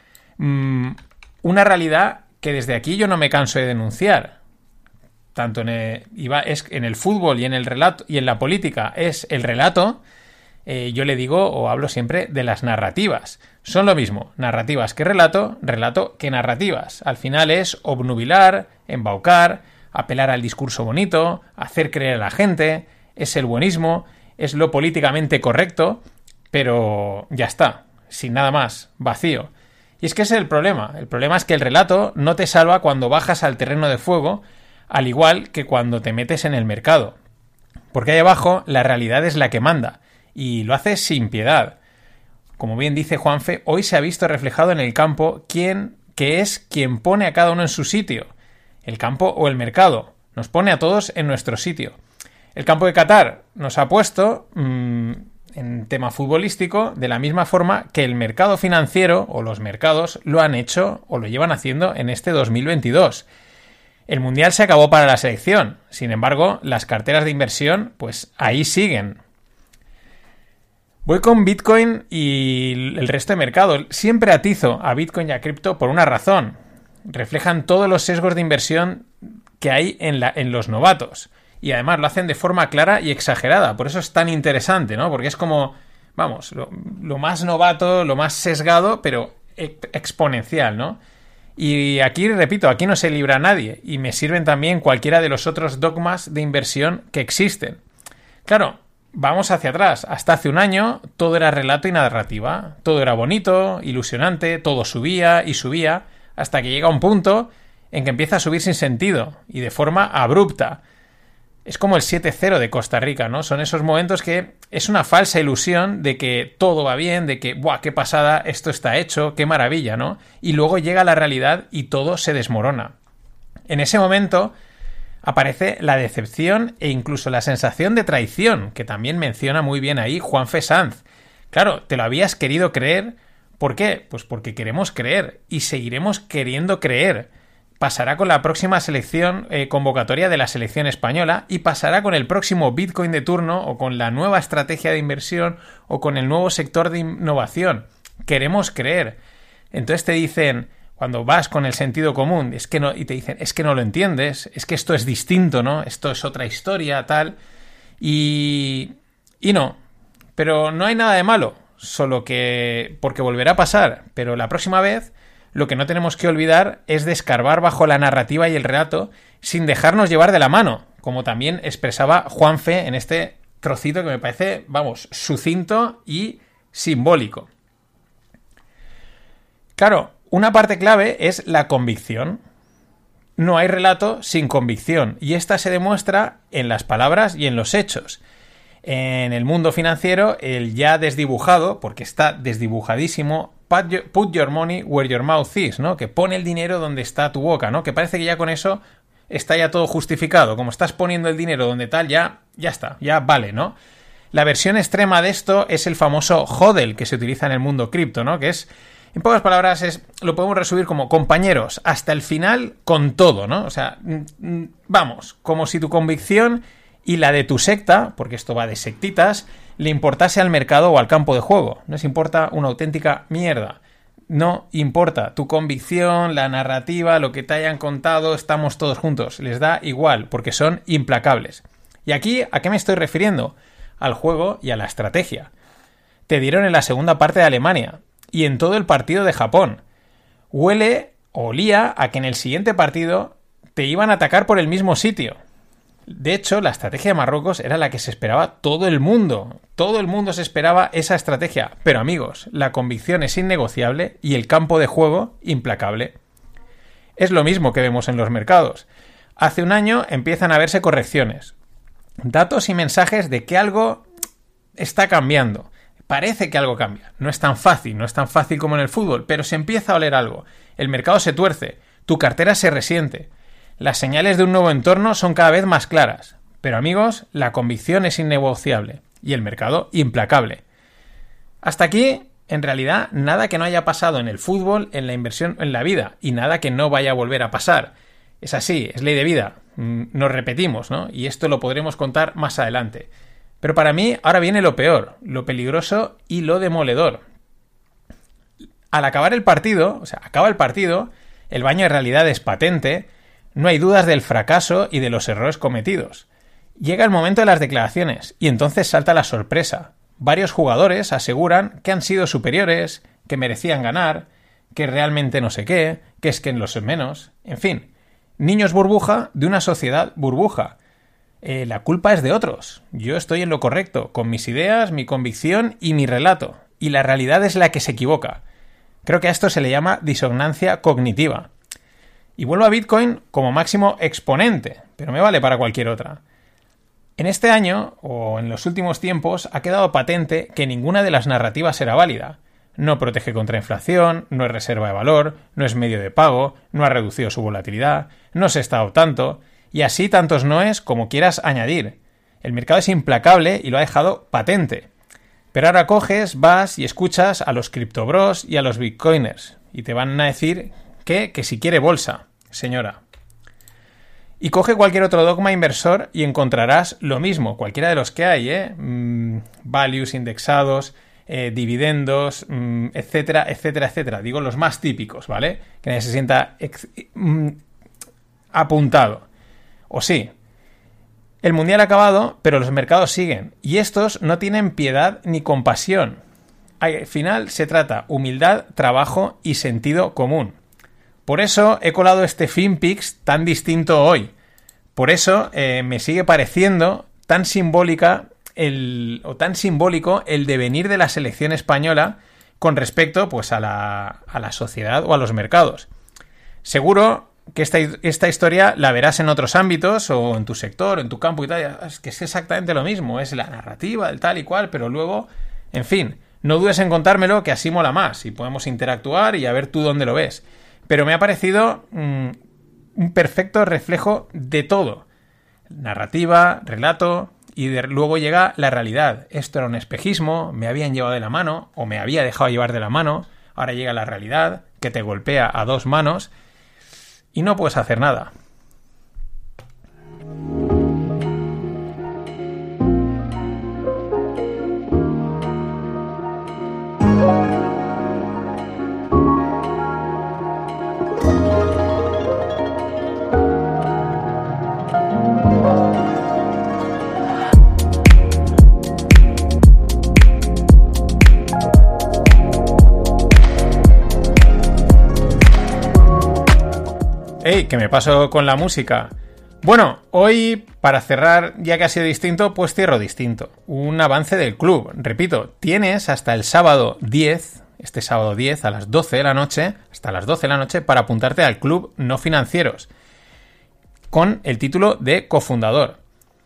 una realidad que desde aquí yo no me canso de denunciar. Tanto en el fútbol y en el relato y en la política es el relato. Yo le digo o hablo siempre de las narrativas. Son lo mismo, narrativas que relato, relato que narrativas. Al final es obnubilar, embaucar, apelar al discurso bonito, hacer creer a la gente, es el buenismo, es lo políticamente correcto. pero ya está, sin nada más, vacío. Y es que ese es el problema. El problema es que el relato no te salva cuando bajas al terreno de juego, al igual que cuando te metes en el mercado. Porque ahí abajo la realidad es la que manda, y lo hace sin piedad. Como bien dice Juanfe, hoy se ha visto reflejado en el campo que es quien pone a cada uno en su sitio. El campo o el mercado. Nos pone a todos en nuestro sitio. El campo de Qatar nos ha puesto en tema futbolístico de la misma forma que el mercado financiero o los mercados lo han hecho o lo llevan haciendo en este 2022. El Mundial se acabó para la selección. Sin embargo, las carteras de inversión, pues ahí siguen. Voy con Bitcoin y el resto de mercado. Siempre atizo a Bitcoin y a cripto por una razón. Reflejan todos los sesgos de inversión que hay en los novatos. Y además lo hacen de forma clara y exagerada. Por eso es tan interesante, ¿no? Porque es como, vamos, lo más novato, lo más sesgado, pero exponencial, ¿no? Y aquí, repito, aquí no se libra nadie. Y me sirven también cualquiera de los otros dogmas de inversión que existen. Claro, vamos hacia atrás. Hasta hace un año todo era relato y narrativa. Todo era bonito, ilusionante, todo subía y subía, hasta que llega un punto en que empieza a subir sin sentido y de forma abrupta. Es como el 7-0 de Costa Rica, ¿no? Son esos momentos que es una falsa ilusión de que todo va bien, de que, ¡buah, qué pasada! Esto está hecho, qué maravilla, ¿no? Y luego llega la realidad y todo se desmorona. En ese momento aparece la decepción e incluso la sensación de traición, que también menciona muy bien ahí Juanfe Sanz. Claro, te lo habías querido creer. ¿Por qué? Pues porque queremos creer y seguiremos queriendo creer. Pasará con la próxima convocatoria de la selección española y pasará con el próximo Bitcoin de turno o con la nueva estrategia de inversión o con el nuevo sector de innovación. Queremos creer. Entonces te dicen, cuando vas con el sentido común, y te dicen, es que no lo entiendes, es que esto es distinto, ¿no? Esto es otra historia, tal. Y no. Pero no hay nada de malo, solo que porque volverá a pasar. Pero la próxima vez lo que no tenemos que olvidar es de escarbar bajo la narrativa y el relato sin dejarnos llevar de la mano, como también expresaba Juanfe en este trocito que me parece, vamos, sucinto y simbólico. Claro, una parte clave es la convicción. No hay relato sin convicción, y esta se demuestra en las palabras y en los hechos. En el mundo financiero, el ya desdibujado, porque está desdibujadísimo, put your money where your mouth is, ¿no? Que pone el dinero donde está tu boca, ¿no? Que parece que ya con eso está ya todo justificado. Como estás poniendo el dinero donde tal, ya está, ya vale, ¿no? La versión extrema de esto es el famoso HODL que se utiliza en el mundo cripto, ¿no? Que es, en pocas palabras, lo podemos resumir como compañeros hasta el final con todo, ¿no? O sea, vamos, como si tu convicción y la de tu secta, porque esto va de sectitas, le importase al mercado o al campo de juego. No les importa una auténtica mierda. No importa tu convicción, la narrativa, lo que te hayan contado, estamos todos juntos. Les da igual, porque son implacables. Y aquí, ¿a qué me estoy refiriendo? Al juego y a la estrategia. Te dieron en la segunda parte de Alemania y en todo el partido de Japón. Olía a que en el siguiente partido te iban a atacar por el mismo sitio. De hecho, la estrategia de Marruecos era la que se esperaba todo el mundo. Todo el mundo se esperaba esa estrategia. Pero amigos, la convicción es innegociable y el campo de juego implacable. Es lo mismo que vemos en los mercados. Hace un año empiezan a verse correcciones. Datos y mensajes de que algo está cambiando. Parece que algo cambia. No es tan fácil como en el fútbol, pero se empieza a oler algo. El mercado se tuerce. Tu cartera se resiente. Las señales de un nuevo entorno son cada vez más claras, pero amigos, la convicción es innegociable y el mercado implacable. Hasta aquí, en realidad, nada que no haya pasado en el fútbol, en la inversión, en la vida, y nada que no vaya a volver a pasar. Es así, es ley de vida, nos repetimos, ¿no? Y esto lo podremos contar más adelante. Pero para mí, ahora viene lo peor, lo peligroso y lo demoledor. Al acabar el partido, acaba el partido, el baño de realidad es patente. No hay dudas del fracaso y de los errores cometidos. Llega el momento de las declaraciones y entonces salta la sorpresa. Varios jugadores aseguran que han sido superiores, que merecían ganar, que realmente no sé qué, que es que en los menos, en fin, niños burbuja de una sociedad burbuja. la culpa es de otros. Yo estoy en lo correcto, con mis ideas, mi convicción y mi relato. Y la realidad es la que se equivoca. Creo que a esto se le llama disonancia cognitiva. Y vuelvo a Bitcoin como máximo exponente, pero me vale para cualquier otra. En este año, o en los últimos tiempos, ha quedado patente que ninguna de las narrativas era válida. No protege contra inflación, no es reserva de valor, no es medio de pago, no ha reducido su volatilidad, no se está tanto, y así tantos noes como quieras añadir. El mercado es implacable y lo ha dejado patente. Pero ahora coges, vas y escuchas a los criptobros y a los bitcoiners, y te van a decir que si quiere bolsa, señora. Y coge cualquier otro dogma inversor y encontrarás lo mismo, cualquiera de los que hay, values indexados, dividendos, etcétera, etcétera, etcétera. Digo los más típicos, ¿vale? Que nadie se sienta apuntado. O sí, el mundial ha acabado, pero los mercados siguen. Y estos no tienen piedad ni compasión. Al final se trata humildad, trabajo y sentido común. Por eso he colado este FinPix tan distinto hoy. Por eso me sigue pareciendo tan simbólico el devenir de la selección española con respecto pues, a la sociedad o a los mercados. Seguro que esta historia la verás en otros ámbitos o en tu sector, en tu campo y tal. Es que es exactamente lo mismo, es la narrativa del tal y cual, pero luego, en fin, no dudes en contármelo, que así mola más y podemos interactuar y a ver tú dónde lo ves. Pero me ha parecido un perfecto reflejo de todo. Narrativa, relato y luego llega la realidad. Esto era un espejismo, me habían llevado de la mano o me había dejado llevar de la mano. Ahora llega la realidad que te golpea a dos manos y no puedes hacer nada. ¡Ey! ¿Qué me paso con la música? Bueno, hoy, para cerrar, ya que ha sido distinto, pues cierro distinto. Un avance del club. Repito, tienes hasta el sábado 10, este sábado 10, a las 12 de la noche, hasta las 12 de la noche, para apuntarte al Club No Financieros, con el título de cofundador.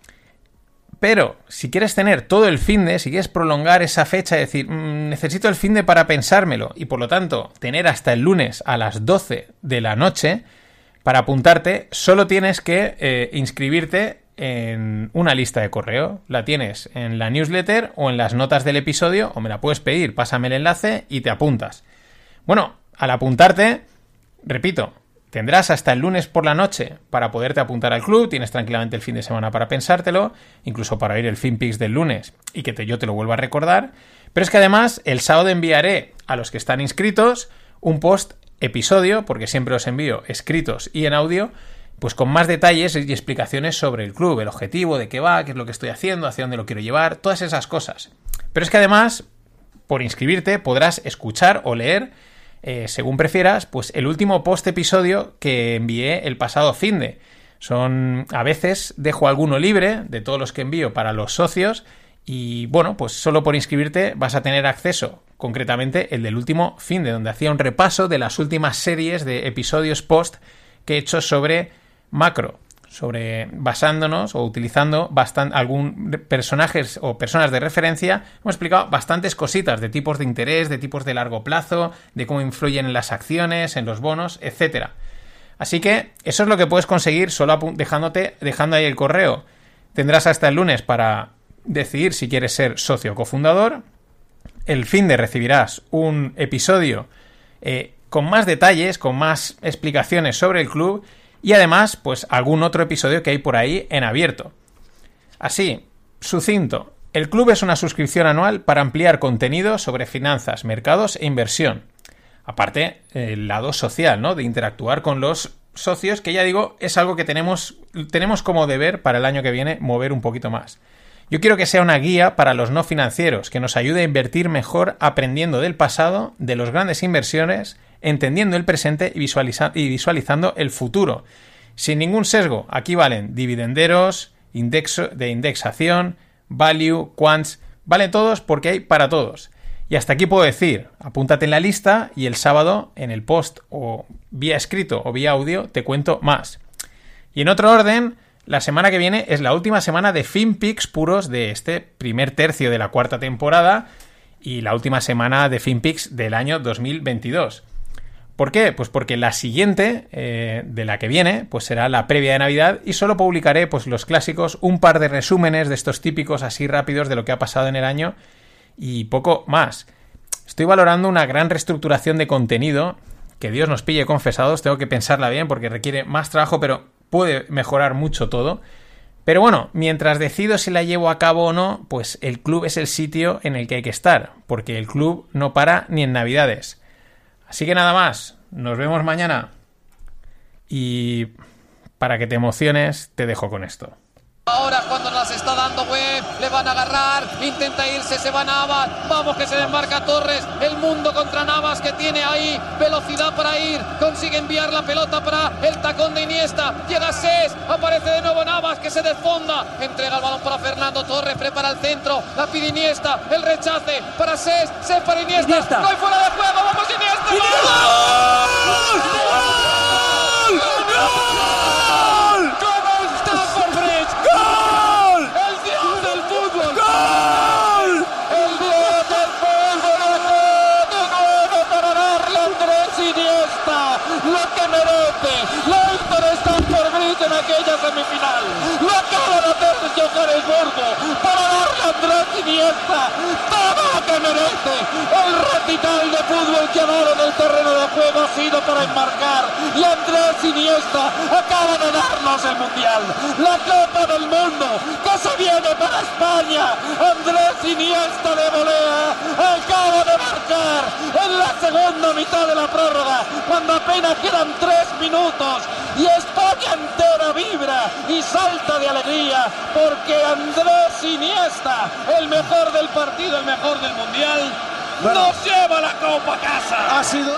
Pero, si quieres tener todo el finde, si quieres prolongar esa fecha y decir, necesito el finde para pensármelo, y por lo tanto, tener hasta el lunes a las 12 de la noche, para apuntarte, solo tienes que inscribirte en una lista de correo. La tienes en la newsletter o en las notas del episodio, o me la puedes pedir, pásame el enlace y te apuntas. Bueno, al apuntarte, repito, tendrás hasta el lunes por la noche para poderte apuntar al club, tienes tranquilamente el fin de semana para pensártelo, incluso para oír el FinPix del lunes y que yo te lo vuelva a recordar, pero es que además el sábado enviaré a los que están inscritos un post episodio, porque siempre os envío escritos y en audio, pues con más detalles y explicaciones sobre el club, el objetivo, de qué va, qué es lo que estoy haciendo, hacia dónde lo quiero llevar, todas esas cosas. Pero es que además, por inscribirte, podrás escuchar o leer, según prefieras, pues el último post episodio que envié el pasado finde. A veces dejo alguno libre de todos los que envío para los socios y bueno, pues solo por inscribirte vas a tener acceso, concretamente el del último finde, donde hacía un repaso de las últimas series de episodios post que he hecho sobre macro, basándonos o utilizando algún personajes o personas de referencia. Hemos explicado bastantes cositas de tipos de interés, de tipos de largo plazo, de cómo influyen en las acciones, en los bonos, etcétera. Así que eso es lo que puedes conseguir solo dejando ahí el correo. Tendrás hasta el lunes para decidir si quieres ser socio o cofundador. El finde recibirás un episodio con más detalles, con más explicaciones sobre el club y además pues algún otro episodio que hay por ahí en abierto. Así, sucinto, el club es una suscripción anual para ampliar contenido sobre finanzas, mercados e inversión. Aparte, el lado social, ¿no? De interactuar con los socios, que ya digo, es algo que tenemos como deber para el año que viene mover un poquito más. Yo quiero que sea una guía para los no financieros, que nos ayude a invertir mejor aprendiendo del pasado, de las grandes inversiones, entendiendo el presente y visualizando el futuro. Sin ningún sesgo, aquí valen dividenderos, de indexación, value, quants, valen todos porque hay para todos. Y hasta aquí puedo decir, apúntate en la lista y el sábado en el post o vía escrito o vía audio te cuento más. Y en otro orden, la semana que viene es la última semana de FinPix puros de este primer tercio de la cuarta temporada y la última semana de FinPix del año 2022. ¿Por qué? Pues porque la siguiente, de la que viene, pues será la previa de Navidad y solo publicaré pues los clásicos, un par de resúmenes de estos típicos así rápidos de lo que ha pasado en el año y poco más. Estoy valorando una gran reestructuración de contenido, que Dios nos pille confesados, tengo que pensarla bien porque requiere más trabajo, pero puede mejorar mucho todo. Pero bueno, mientras decido si la llevo a cabo o no, pues el club es el sitio en el que hay que estar, porque el club no para ni en Navidades. Así que nada más, nos vemos mañana y para que te emociones te dejo con esto. Ahora cuando las está dando Webb, le van a agarrar, intenta irse, se va Navas, vamos que se desmarca Torres, el mundo contra Navas que tiene ahí velocidad para ir, consigue enviar la pelota para el tacón de Iniesta, llega Cés, aparece de nuevo Navas que se desfonda, entrega el balón para Fernando Torres, prepara el centro, la pide Iniesta, el rechace para Cés para Iniesta, no hay fuera de juego, vamos Iniesta, ¡gol! En aquella semifinal lo acaba de hacer Johannesburgo para darle a Andrés Iniesta todo lo que merece. El recital de fútbol que ha dado en el terreno de juego ha sido para enmarcar y Andrés Iniesta acaba de darnos el Mundial, la Copa del Mundo que se viene para España. Andrés Iniesta de volea acaba de marcar en la segunda mitad de la prórroga cuando apenas quedan 3 minutos y España entera vibra y salta de alegría porque Andrés Iniesta, el mejor del partido, el mejor del Mundial, nos lleva la Copa a casa. Ha sido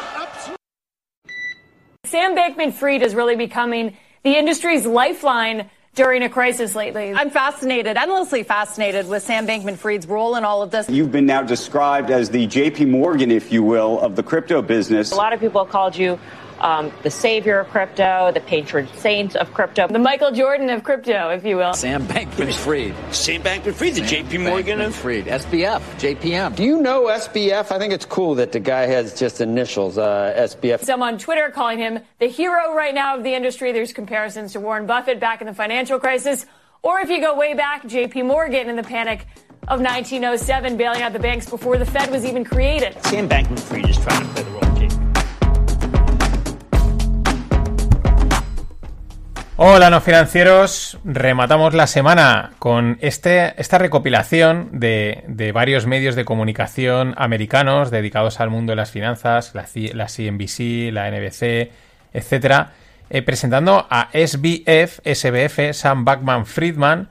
Sam Bankman-Fried is really becoming the industry's lifeline during a crisis lately. I'm fascinated, endlessly fascinated with Sam Bankman-Fried's role in all of this. You've been now described as the JP Morgan, if you will, of the crypto business. A lot of people have called you the savior of crypto, the patron saint of crypto. The Michael Jordan of crypto, if you will. Sam Bankman-Fried. Sam Bankman-Fried, the JP Morgan of... Fried. SBF, JPM. Do you know SBF? I think it's cool that the guy has just initials, SBF. Some on Twitter calling him the hero right now of the industry. There's comparisons to Warren Buffett back in the financial crisis. Or if you go way back, JP Morgan in the panic of 1907, bailing out the banks before the Fed was even created. Sam Bankman-Fried is trying to play the role of JP. Hola no financieros, rematamos la semana con esta recopilación de varios medios de comunicación americanos dedicados al mundo de las finanzas, la CNBC, la NBC, etcétera, presentando a SBF, Sam Bankman-Fried,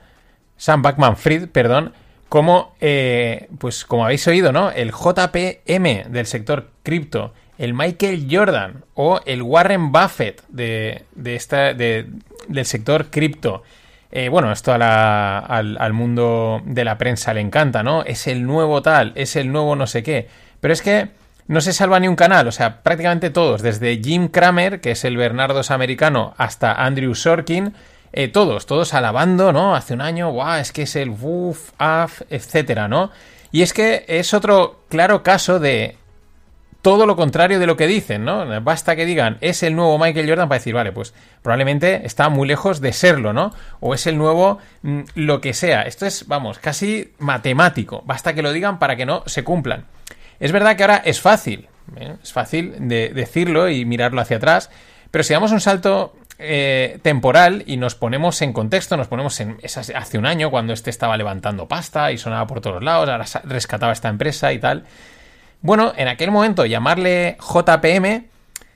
como pues como habéis oído, ¿no? El JPM del sector cripto, el Michael Jordan o el Warren Buffett del sector cripto. Bueno, esto al mundo de la prensa le encanta, ¿no? Es el nuevo tal, es el nuevo no sé qué. Pero es que no se salva ni un canal, o sea, prácticamente todos, desde Jim Cramer, que es el Bernardos americano, hasta Andrew Sorkin, todos alabando, ¿no? Hace un año, ¡guau! Es que es el woof, af, etcétera, ¿no? Y es que es otro claro caso de todo lo contrario de lo que dicen, ¿no? Basta que digan, es el nuevo Michael Jordan para decir, vale, pues probablemente está muy lejos de serlo, ¿no? O es el nuevo lo que sea. Esto es, vamos, casi matemático. Basta que lo digan para que no se cumplan. Es verdad que ahora es fácil de decirlo y mirarlo hacia atrás, pero si damos un salto temporal y nos ponemos en contexto, nos ponemos en hace un año cuando estaba levantando pasta y sonaba por todos lados, ahora rescataba esta empresa y tal. Bueno, en aquel momento llamarle JPM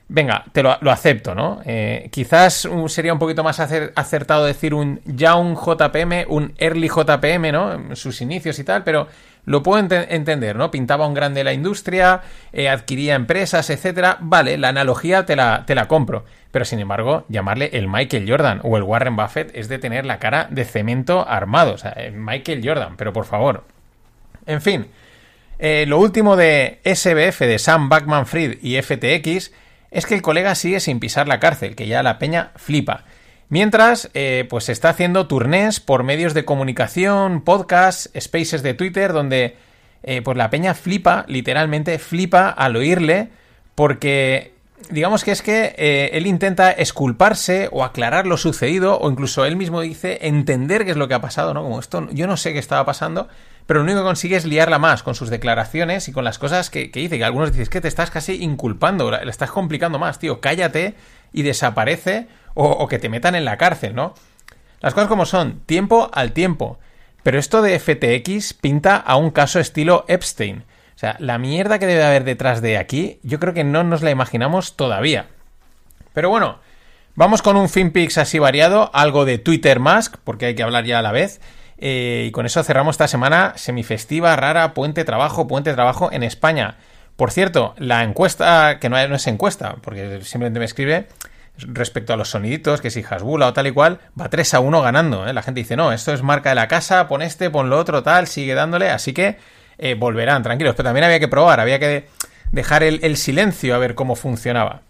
venga, lo acepto, ¿no? Quizás sería un poquito más acertado decir un JPM, un Early JPM, ¿no? En sus inicios y tal, pero lo puedo entender, ¿no? Pintaba un grande la industria, adquiría empresas, etcétera. Vale, la analogía te la compro. Pero, sin embargo, llamarle el Michael Jordan o el Warren Buffett es de tener la cara de cemento armado. O sea, el Michael Jordan, pero por favor. En fin, lo último de SBF, de Sam Bankman-Fried y FTX, es que el colega sigue sin pisar la cárcel, que ya la peña flipa. Mientras, pues se está haciendo turnés por medios de comunicación, podcasts, spaces de Twitter, donde pues la peña flipa, literalmente flipa al oírle, porque digamos que es que él intenta exculparse o aclarar lo sucedido, o incluso él mismo dice entender qué es lo que ha pasado, ¿no? Como esto, yo no sé qué estaba pasando, pero lo único que consigue es liarla más con sus declaraciones y con las cosas que dice, que algunos dicen, es que te estás casi inculpando, le estás complicando más, tío, cállate y desaparece o que te metan en la cárcel, ¿no? Las cosas como son, tiempo al tiempo, pero esto de FTX pinta a un caso estilo Epstein. O sea, la mierda que debe haber detrás de aquí, yo creo que no nos la imaginamos todavía. Pero bueno, vamos con un FinPix así variado, algo de Twitter Musk, porque hay que hablar ya a la vez. Y con eso cerramos esta semana semifestiva, rara, puente trabajo en España. Por cierto, la encuesta, que no es encuesta, porque simplemente me escribe respecto a los soniditos, que si Hasbulla o tal y cual, va 3-1 ganando, ¿eh? La gente dice, no, esto es marca de la casa, pon lo otro, tal, sigue dándole, así que volverán, tranquilos. Pero también había que probar, había que dejar el silencio a ver cómo funcionaba.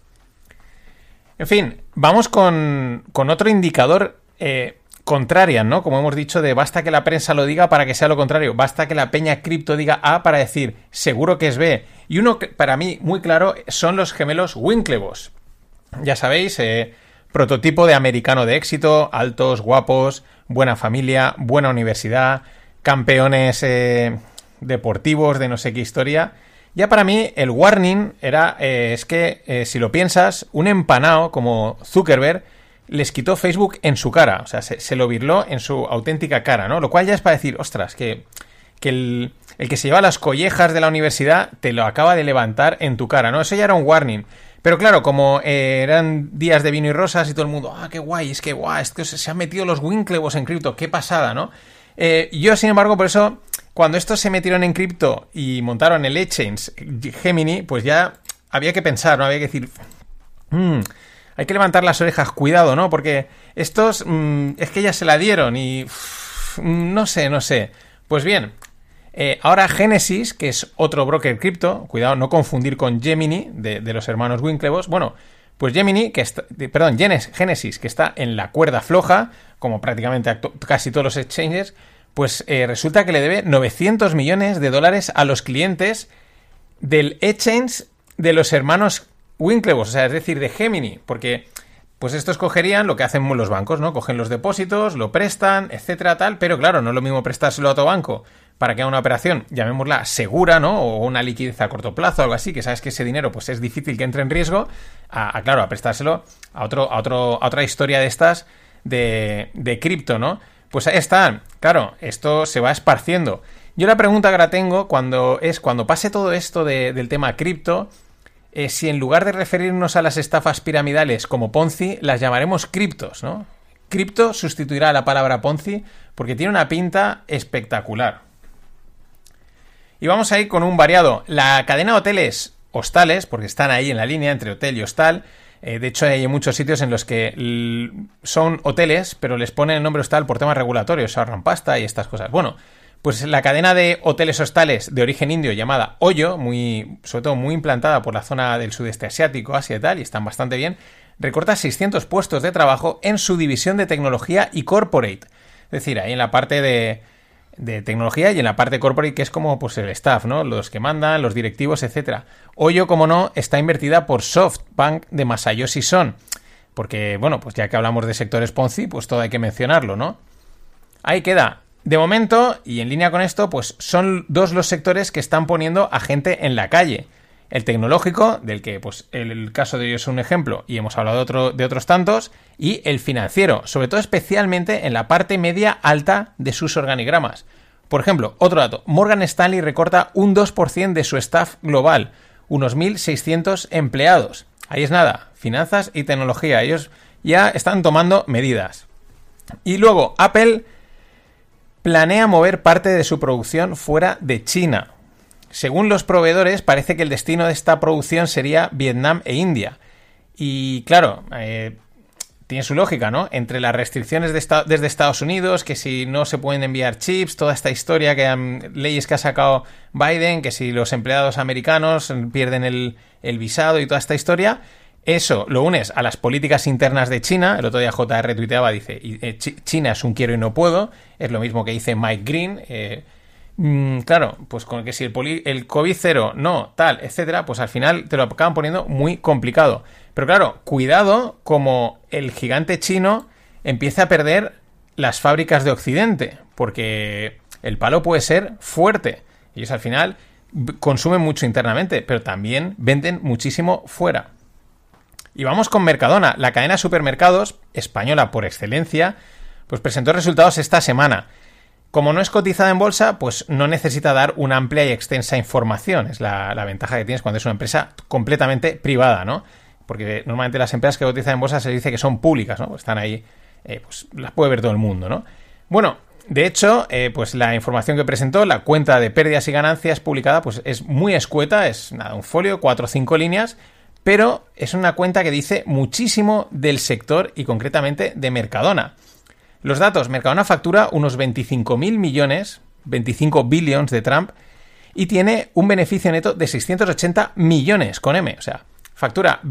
En fin, vamos con otro indicador contrarian, ¿no? Como hemos dicho, de basta que la prensa lo diga para que sea lo contrario, basta que la peña cripto diga A para decir seguro que es B. Y uno que para mí muy claro son los gemelos Winklevoss. Ya sabéis, prototipo de americano de éxito, altos, guapos, buena familia, buena universidad, campeones deportivos de no sé qué historia. Ya para mí el warning era, es que si lo piensas, un empanao como Zuckerberg les quitó Facebook en su cara, o sea, se lo virló en su auténtica cara, ¿no? Lo cual ya es para decir, ostras, que el que se lleva las collejas de la universidad te lo acaba de levantar en tu cara, ¿no? Eso ya era un warning. Pero claro, como eran días de vino y rosas y todo el mundo, qué guay, es que se han metido los Winklevoss en cripto, qué pasada, ¿no? Yo, sin embargo, por eso, cuando estos se metieron en cripto y montaron el exchange Gemini, pues ya había que pensar, ¿no? Había que decir, hay que levantar las orejas, cuidado, ¿no? Porque estos es que ya se la dieron y no sé. Pues bien, ahora Genesis, que es otro broker cripto, cuidado, no confundir con Gemini de los hermanos Winklevoss. Bueno, pues Genesis, que está en la cuerda floja, como prácticamente casi todos los exchanges, pues resulta que le debe $900 millones a los clientes del exchange de los hermanos Winklevoss, o sea, es decir, de Gemini, porque pues estos cogerían lo que hacen los bancos, ¿no? Cogen los depósitos, lo prestan, etcétera, tal, pero claro, no es lo mismo prestárselo a otro banco para que haga una operación, llamémosla segura, ¿no? O una liquidez a corto plazo, algo así, que sabes que ese dinero pues es difícil que entre en riesgo, a prestárselo a otra historia de estas de cripto, ¿no? Pues ahí están. Claro, esto se va esparciendo. Yo la pregunta que ahora tengo cuando pase todo esto del tema cripto, si en lugar de referirnos a las estafas piramidales como Ponzi, las llamaremos criptos, ¿no? Cripto sustituirá a la palabra Ponzi porque tiene una pinta espectacular. Y vamos a ir con un variado. La cadena de hoteles hostales, porque están ahí en la línea entre hotel y hostal, de hecho hay muchos sitios en los que son hoteles, pero les ponen el nombre hostal por temas regulatorios, ahorran pasta y estas cosas. Bueno, pues la cadena de hoteles hostales de origen indio llamada Hoyo, sobre todo muy implantada por la zona del sudeste asiático, Asia y tal, y están bastante bien, recorta 600 puestos de trabajo en su división de tecnología y corporate. Es decir, ahí en la parte de tecnología y en la parte corporate, que es como pues el staff, ¿no? Los que mandan, los directivos, etcétera. Hoyo, como no, está invertida por SoftBank de Masayoshi Son. Porque, bueno, pues ya que hablamos de sectores Ponzi, pues todo hay que mencionarlo, ¿no? Ahí queda. De momento, y en línea con esto, pues son dos los sectores que están poniendo a gente en la calle. El tecnológico, del que pues el caso de ellos es un ejemplo y hemos hablado de otros tantos, y el financiero, sobre todo especialmente en la parte media alta de sus organigramas. Por ejemplo, otro dato, Morgan Stanley recorta un 2% de su staff global, unos 1.600 empleados. Ahí es nada, finanzas y tecnología. Ellos ya están tomando medidas. Y luego, Apple planea mover parte de su producción fuera de China. Según los proveedores, parece que el destino de esta producción sería Vietnam e India. Y claro, tiene su lógica, ¿no? Entre las restricciones desde Estados Unidos, que si no se pueden enviar chips, toda esta historia, leyes que ha sacado Biden, que si los empleados americanos pierden el visado y toda esta historia, eso lo unes a las políticas internas de China. El otro día JR tuiteaba, dice, China es un quiero y no puedo, es lo mismo que dice Mike Green. Claro, pues con que si el COVID cero, no, tal, etcétera, pues al final te lo acaban poniendo muy complicado. Pero claro, cuidado como el gigante chino empieza a perder las fábricas de Occidente, porque el palo puede ser fuerte. Ellos al final consumen mucho internamente, pero también venden muchísimo fuera. Y vamos con Mercadona, la cadena de supermercados española por excelencia, pues presentó resultados esta semana. Como no es cotizada en bolsa, pues no necesita dar una amplia y extensa información. Es la ventaja que tienes cuando es una empresa completamente privada, ¿no? Porque normalmente las empresas que cotizan en bolsa se dice que son públicas, ¿no? Pues están ahí, pues las puede ver todo el mundo, ¿no? Bueno, de hecho, pues la información que presentó, la cuenta de pérdidas y ganancias publicada, pues es muy escueta, es nada, un folio, 4 o 5 líneas, pero es una cuenta que dice muchísimo del sector y concretamente de Mercadona. Los datos, Mercadona factura unos 25.000 millones, 25 billions de Trump, y tiene un beneficio neto de 680 millones con M. O sea, factura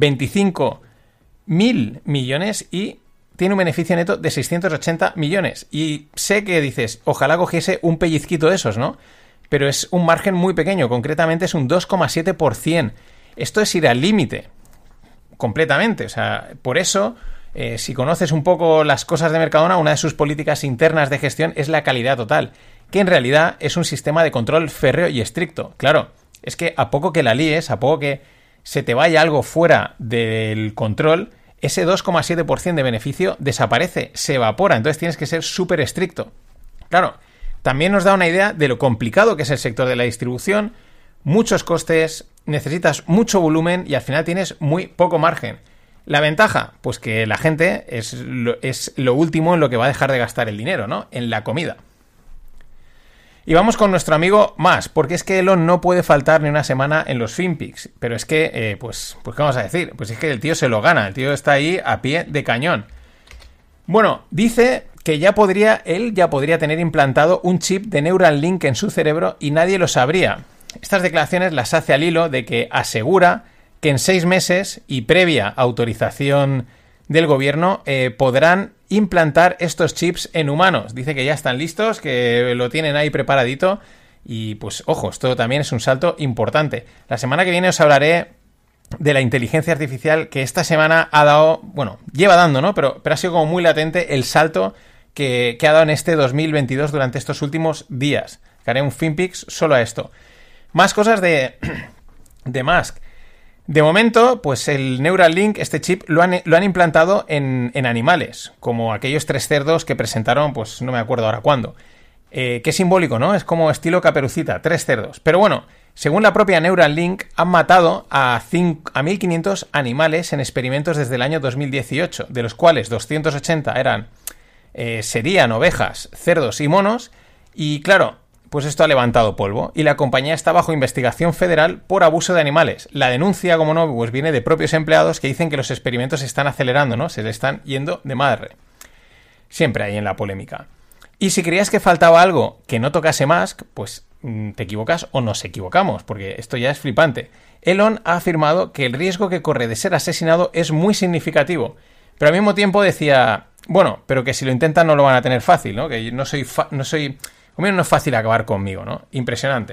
25.000 millones y tiene un beneficio neto de 680 millones. Y sé que dices, ojalá cogiese un pellizquito de esos, ¿no? Pero es un margen muy pequeño, concretamente es un 2,7%. Esto es ir al límite, completamente. O sea, por eso... si conoces un poco las cosas de Mercadona, una de sus políticas internas de gestión es la calidad total, que en realidad es un sistema de control férreo y estricto. Claro, es que a poco que la líes, a poco que se te vaya algo fuera del control, ese 2,7% de beneficio desaparece, se evapora, entonces tienes que ser súper estricto. Claro, también nos da una idea de lo complicado que es el sector de la distribución, muchos costes, necesitas mucho volumen y al final tienes muy poco margen. La ventaja, pues que la gente es lo último en lo que va a dejar de gastar el dinero, ¿no? En la comida. Y vamos con nuestro amigo Musk, porque es que Elon no puede faltar ni una semana en los FinPix. Pero es que, pues ¿qué vamos a decir? Pues es que el tío se lo gana, el tío está ahí a pie de cañón. Bueno, dice que él ya podría tener implantado un chip de Neuralink en su cerebro y nadie lo sabría. Estas declaraciones las hace al hilo de que asegura que en 6 meses y previa autorización del gobierno podrán implantar estos chips en humanos. Dice que ya están listos, que lo tienen ahí preparadito y pues ojo, esto también es un salto importante. La semana que viene os hablaré de la inteligencia artificial que esta semana ha dado, bueno, lleva dando, ¿no? Pero ha sido como muy latente el salto que ha dado en este 2022 durante estos últimos días. Que haré un FinPix solo a esto. Más cosas de Musk. De momento, pues el Neuralink, este chip, lo han implantado en animales, como aquellos 3 cerdos que presentaron, pues no me acuerdo ahora cuándo. Qué simbólico, ¿no? Es como estilo Caperucita, 3 cerdos. Pero bueno, según la propia Neuralink, han matado a 1.500 animales en experimentos desde el año 2018, de los cuales 280 serían ovejas, cerdos y monos, y claro... pues esto ha levantado polvo y la compañía está bajo investigación federal por abuso de animales. La denuncia, como no, pues viene de propios empleados que dicen que los experimentos se están acelerando, ¿no? Se le están yendo de madre. Siempre hay en la polémica. Y si creías que faltaba algo que no tocase Musk, pues te equivocas o nos equivocamos, porque esto ya es flipante. Elon ha afirmado que el riesgo que corre de ser asesinado es muy significativo, pero al mismo tiempo decía, bueno, pero que si lo intentan no lo van a tener fácil, ¿no? Que no es fácil acabar conmigo, ¿no? Impresionante.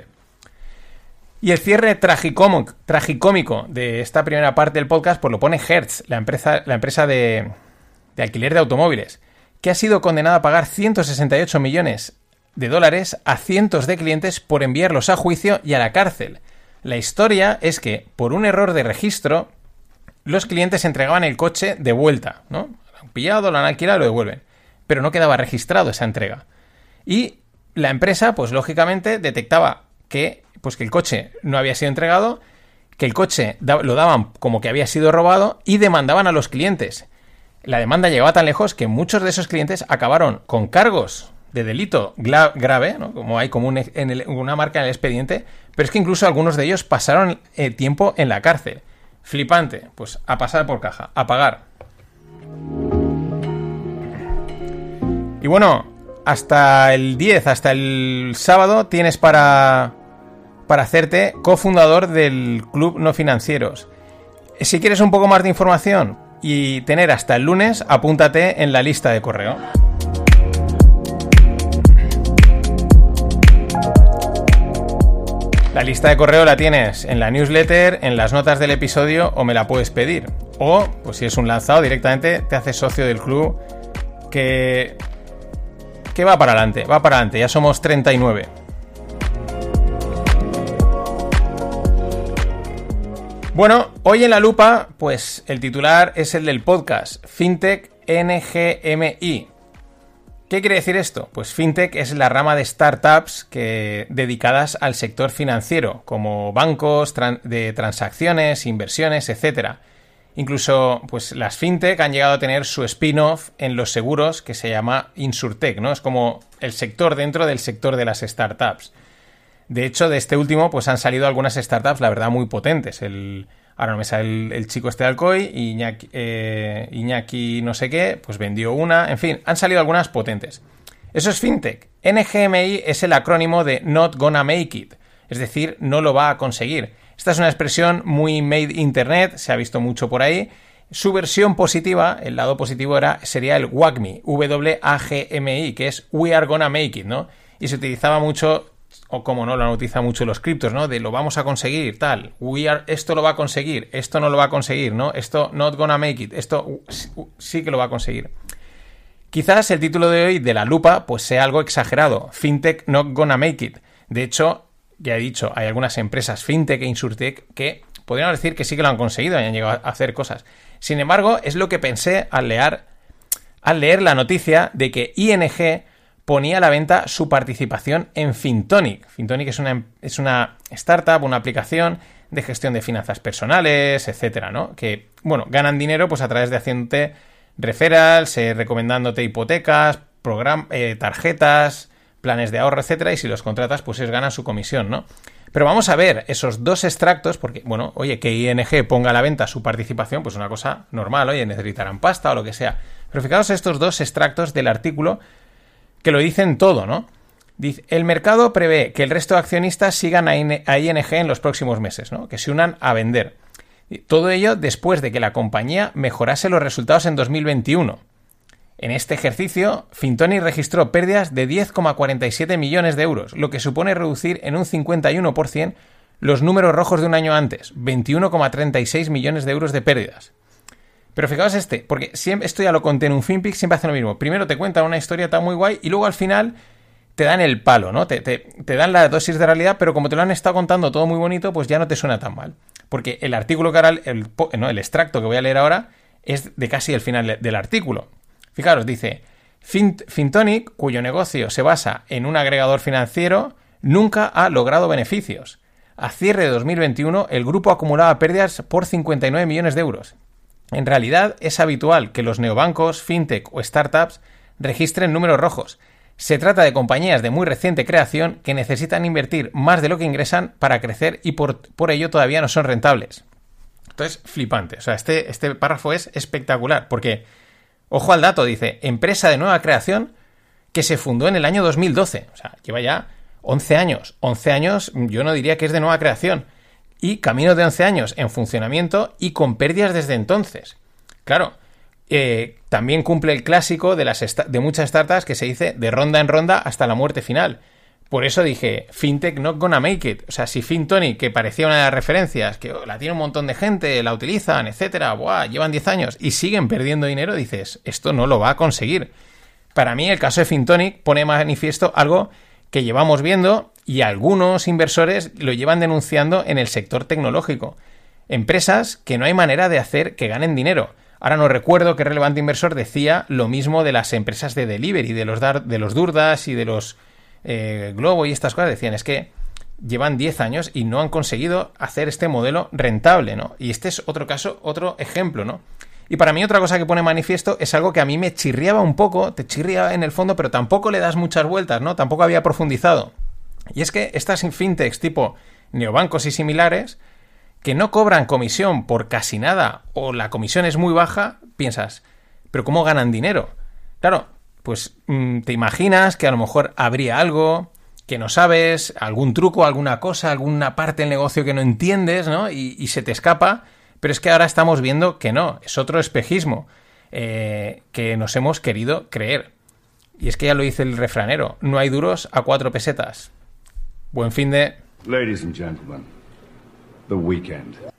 Y el cierre tragicómico de esta primera parte del podcast, pues lo pone Hertz, la empresa de alquiler de automóviles, que ha sido condenada a pagar $168 millones a cientos de clientes por enviarlos a juicio y a la cárcel. La historia es que, por un error de registro, los clientes entregaban el coche de vuelta, ¿no? Lo han pillado, lo han alquilado y lo devuelven. Pero no quedaba registrado esa entrega. Y la empresa, pues lógicamente, detectaba que el coche no había sido entregado, que el coche lo daban como que había sido robado y demandaban a los clientes. La demanda llegaba tan lejos que muchos de esos clientes acabaron con cargos de delito grave, ¿no? Como hay como una marca en el expediente, pero es que incluso algunos de ellos pasaron tiempo en la cárcel. Flipante. Pues a pasar por caja, a pagar. Y bueno, hasta el 10, hasta el sábado, tienes para hacerte cofundador del Club No Financieros. Si quieres un poco más de información y tener hasta el lunes, apúntate en la lista de correo. La lista de correo la tienes en la newsletter, en las notas del episodio, o me la puedes pedir. O, pues si es un lanzado, directamente te haces socio del club, que va para adelante, ya somos 39. Bueno, hoy en la lupa, pues el titular es el del podcast, Fintech NGMI. ¿Qué quiere decir esto? Pues Fintech es la rama de startups dedicadas al sector financiero, como bancos, de transacciones, inversiones, etc. Incluso, pues las Fintech han llegado a tener su spin-off en los seguros, que se llama Insurtech, ¿no? Es como el sector dentro del sector de las startups. De hecho, de este último, pues han salido algunas startups, la verdad, muy potentes. Ahora no me sale el chico este de Alcoy, Iñaki no sé qué, pues vendió una. En fin, han salido algunas potentes. Eso es Fintech. NGMI es el acrónimo de Not Gonna Make It, es decir, no lo va a conseguir. Esta es una expresión muy made internet, se ha visto mucho por ahí. Su versión positiva, el lado positivo sería el WAGMI, W-A-G-M-I, que es We Are Gonna Make It, ¿no? Y se utilizaba mucho, o como no, lo han utilizado mucho los criptos, ¿no? De lo vamos a conseguir, tal. Esto lo va a conseguir, esto no lo va a conseguir, ¿no? Esto not gonna make it, esto sí que lo va a conseguir. Quizás el título de hoy de la lupa pues sea algo exagerado. Fintech not gonna make it. De hecho, ya he dicho, hay algunas empresas Fintech e Insurtech que podríamos decir que sí que lo han conseguido y han llegado a hacer cosas. Sin embargo, es lo que pensé al leer la noticia de que ING ponía a la venta su participación en Fintonic. Fintonic es una startup, una aplicación de gestión de finanzas personales, etcétera, ¿no? Que, bueno, ganan dinero pues a través de haciéndote referrals, recomendándote hipotecas, tarjetas, planes de ahorro, etcétera, y si los contratas, pues ellos ganan su comisión, ¿no? Pero vamos a ver esos dos extractos, porque, bueno, oye, que ING ponga a la venta su participación, pues una cosa normal, oye, necesitarán pasta o lo que sea. Pero fijaos estos dos extractos del artículo que lo dicen todo, ¿no? Dice, el mercado prevé que el resto de accionistas sigan a ING en los próximos meses, ¿no? Que se unan a vender. Todo ello después de que la compañía mejorase los resultados en 2021. En este ejercicio, Fintonic registró pérdidas de 10,47 millones de euros, lo que supone reducir en un 51% los números rojos de un año antes, 21,36 millones de euros de pérdidas. Pero fijaos porque siempre, esto ya lo conté en un FinPix, siempre hacen lo mismo. Primero te cuentan una historia tan muy guay y luego al final te dan el palo, ¿no? Te dan la dosis de realidad, pero como te lo han estado contando todo muy bonito, pues ya no te suena tan mal. Porque el artículo que ahora, el extracto que voy a leer ahora es de casi el final del artículo. Fijaros, dice, Fintonic, cuyo negocio se basa en un agregador financiero, nunca ha logrado beneficios. A cierre de 2021, el grupo acumulaba pérdidas por 59 millones de euros. En realidad, es habitual que los neobancos, fintech o startups registren números rojos. Se trata de compañías de muy reciente creación que necesitan invertir más de lo que ingresan para crecer y por ello todavía no son rentables. Entonces, flipante. O sea, este párrafo es espectacular porque, ojo al dato, dice, empresa de nueva creación que se fundó en el año 2012. O sea, lleva ya 11 años. 11 años yo no diría que es de nueva creación. Y camino de 11 años en funcionamiento y con pérdidas desde entonces. Claro, también cumple el clásico de muchas startups que se dice de ronda en ronda hasta la muerte final. Por eso dije, Fintech not gonna make it. O sea, si Fintonic, que parecía una de las referencias, que la tiene un montón de gente, la utilizan, etcétera, llevan 10 años y siguen perdiendo dinero, dices, esto no lo va a conseguir. Para mí, el caso de Fintonic pone manifiesto algo que llevamos viendo y algunos inversores lo llevan denunciando en el sector tecnológico. Empresas que no hay manera de hacer que ganen dinero. Ahora no recuerdo qué relevante inversor decía lo mismo de las empresas de delivery, de los Durdas y de los Globo y estas cosas. Decían, es que llevan 10 años y no han conseguido hacer este modelo rentable, ¿no? Y este es otro caso, otro ejemplo, ¿no? Y para mí otra cosa que pone manifiesto es algo que a mí me chirriaba un poco, te chirriaba en el fondo, pero tampoco le das muchas vueltas, ¿no? Tampoco había profundizado. Y es que estas fintechs tipo neobancos y similares, que no cobran comisión por casi nada o la comisión es muy baja, piensas, ¿pero cómo ganan dinero? Claro, pues te imaginas que a lo mejor habría algo que no sabes, algún truco, alguna cosa, alguna parte del negocio que no entiendes, ¿no? Y se te escapa. Pero es que ahora estamos viendo que no, es otro espejismo que nos hemos querido creer. Y es que ya lo dice el refranero, no hay duros a 4 pesetas. Buen fin de... Ladies and gentlemen, the weekend.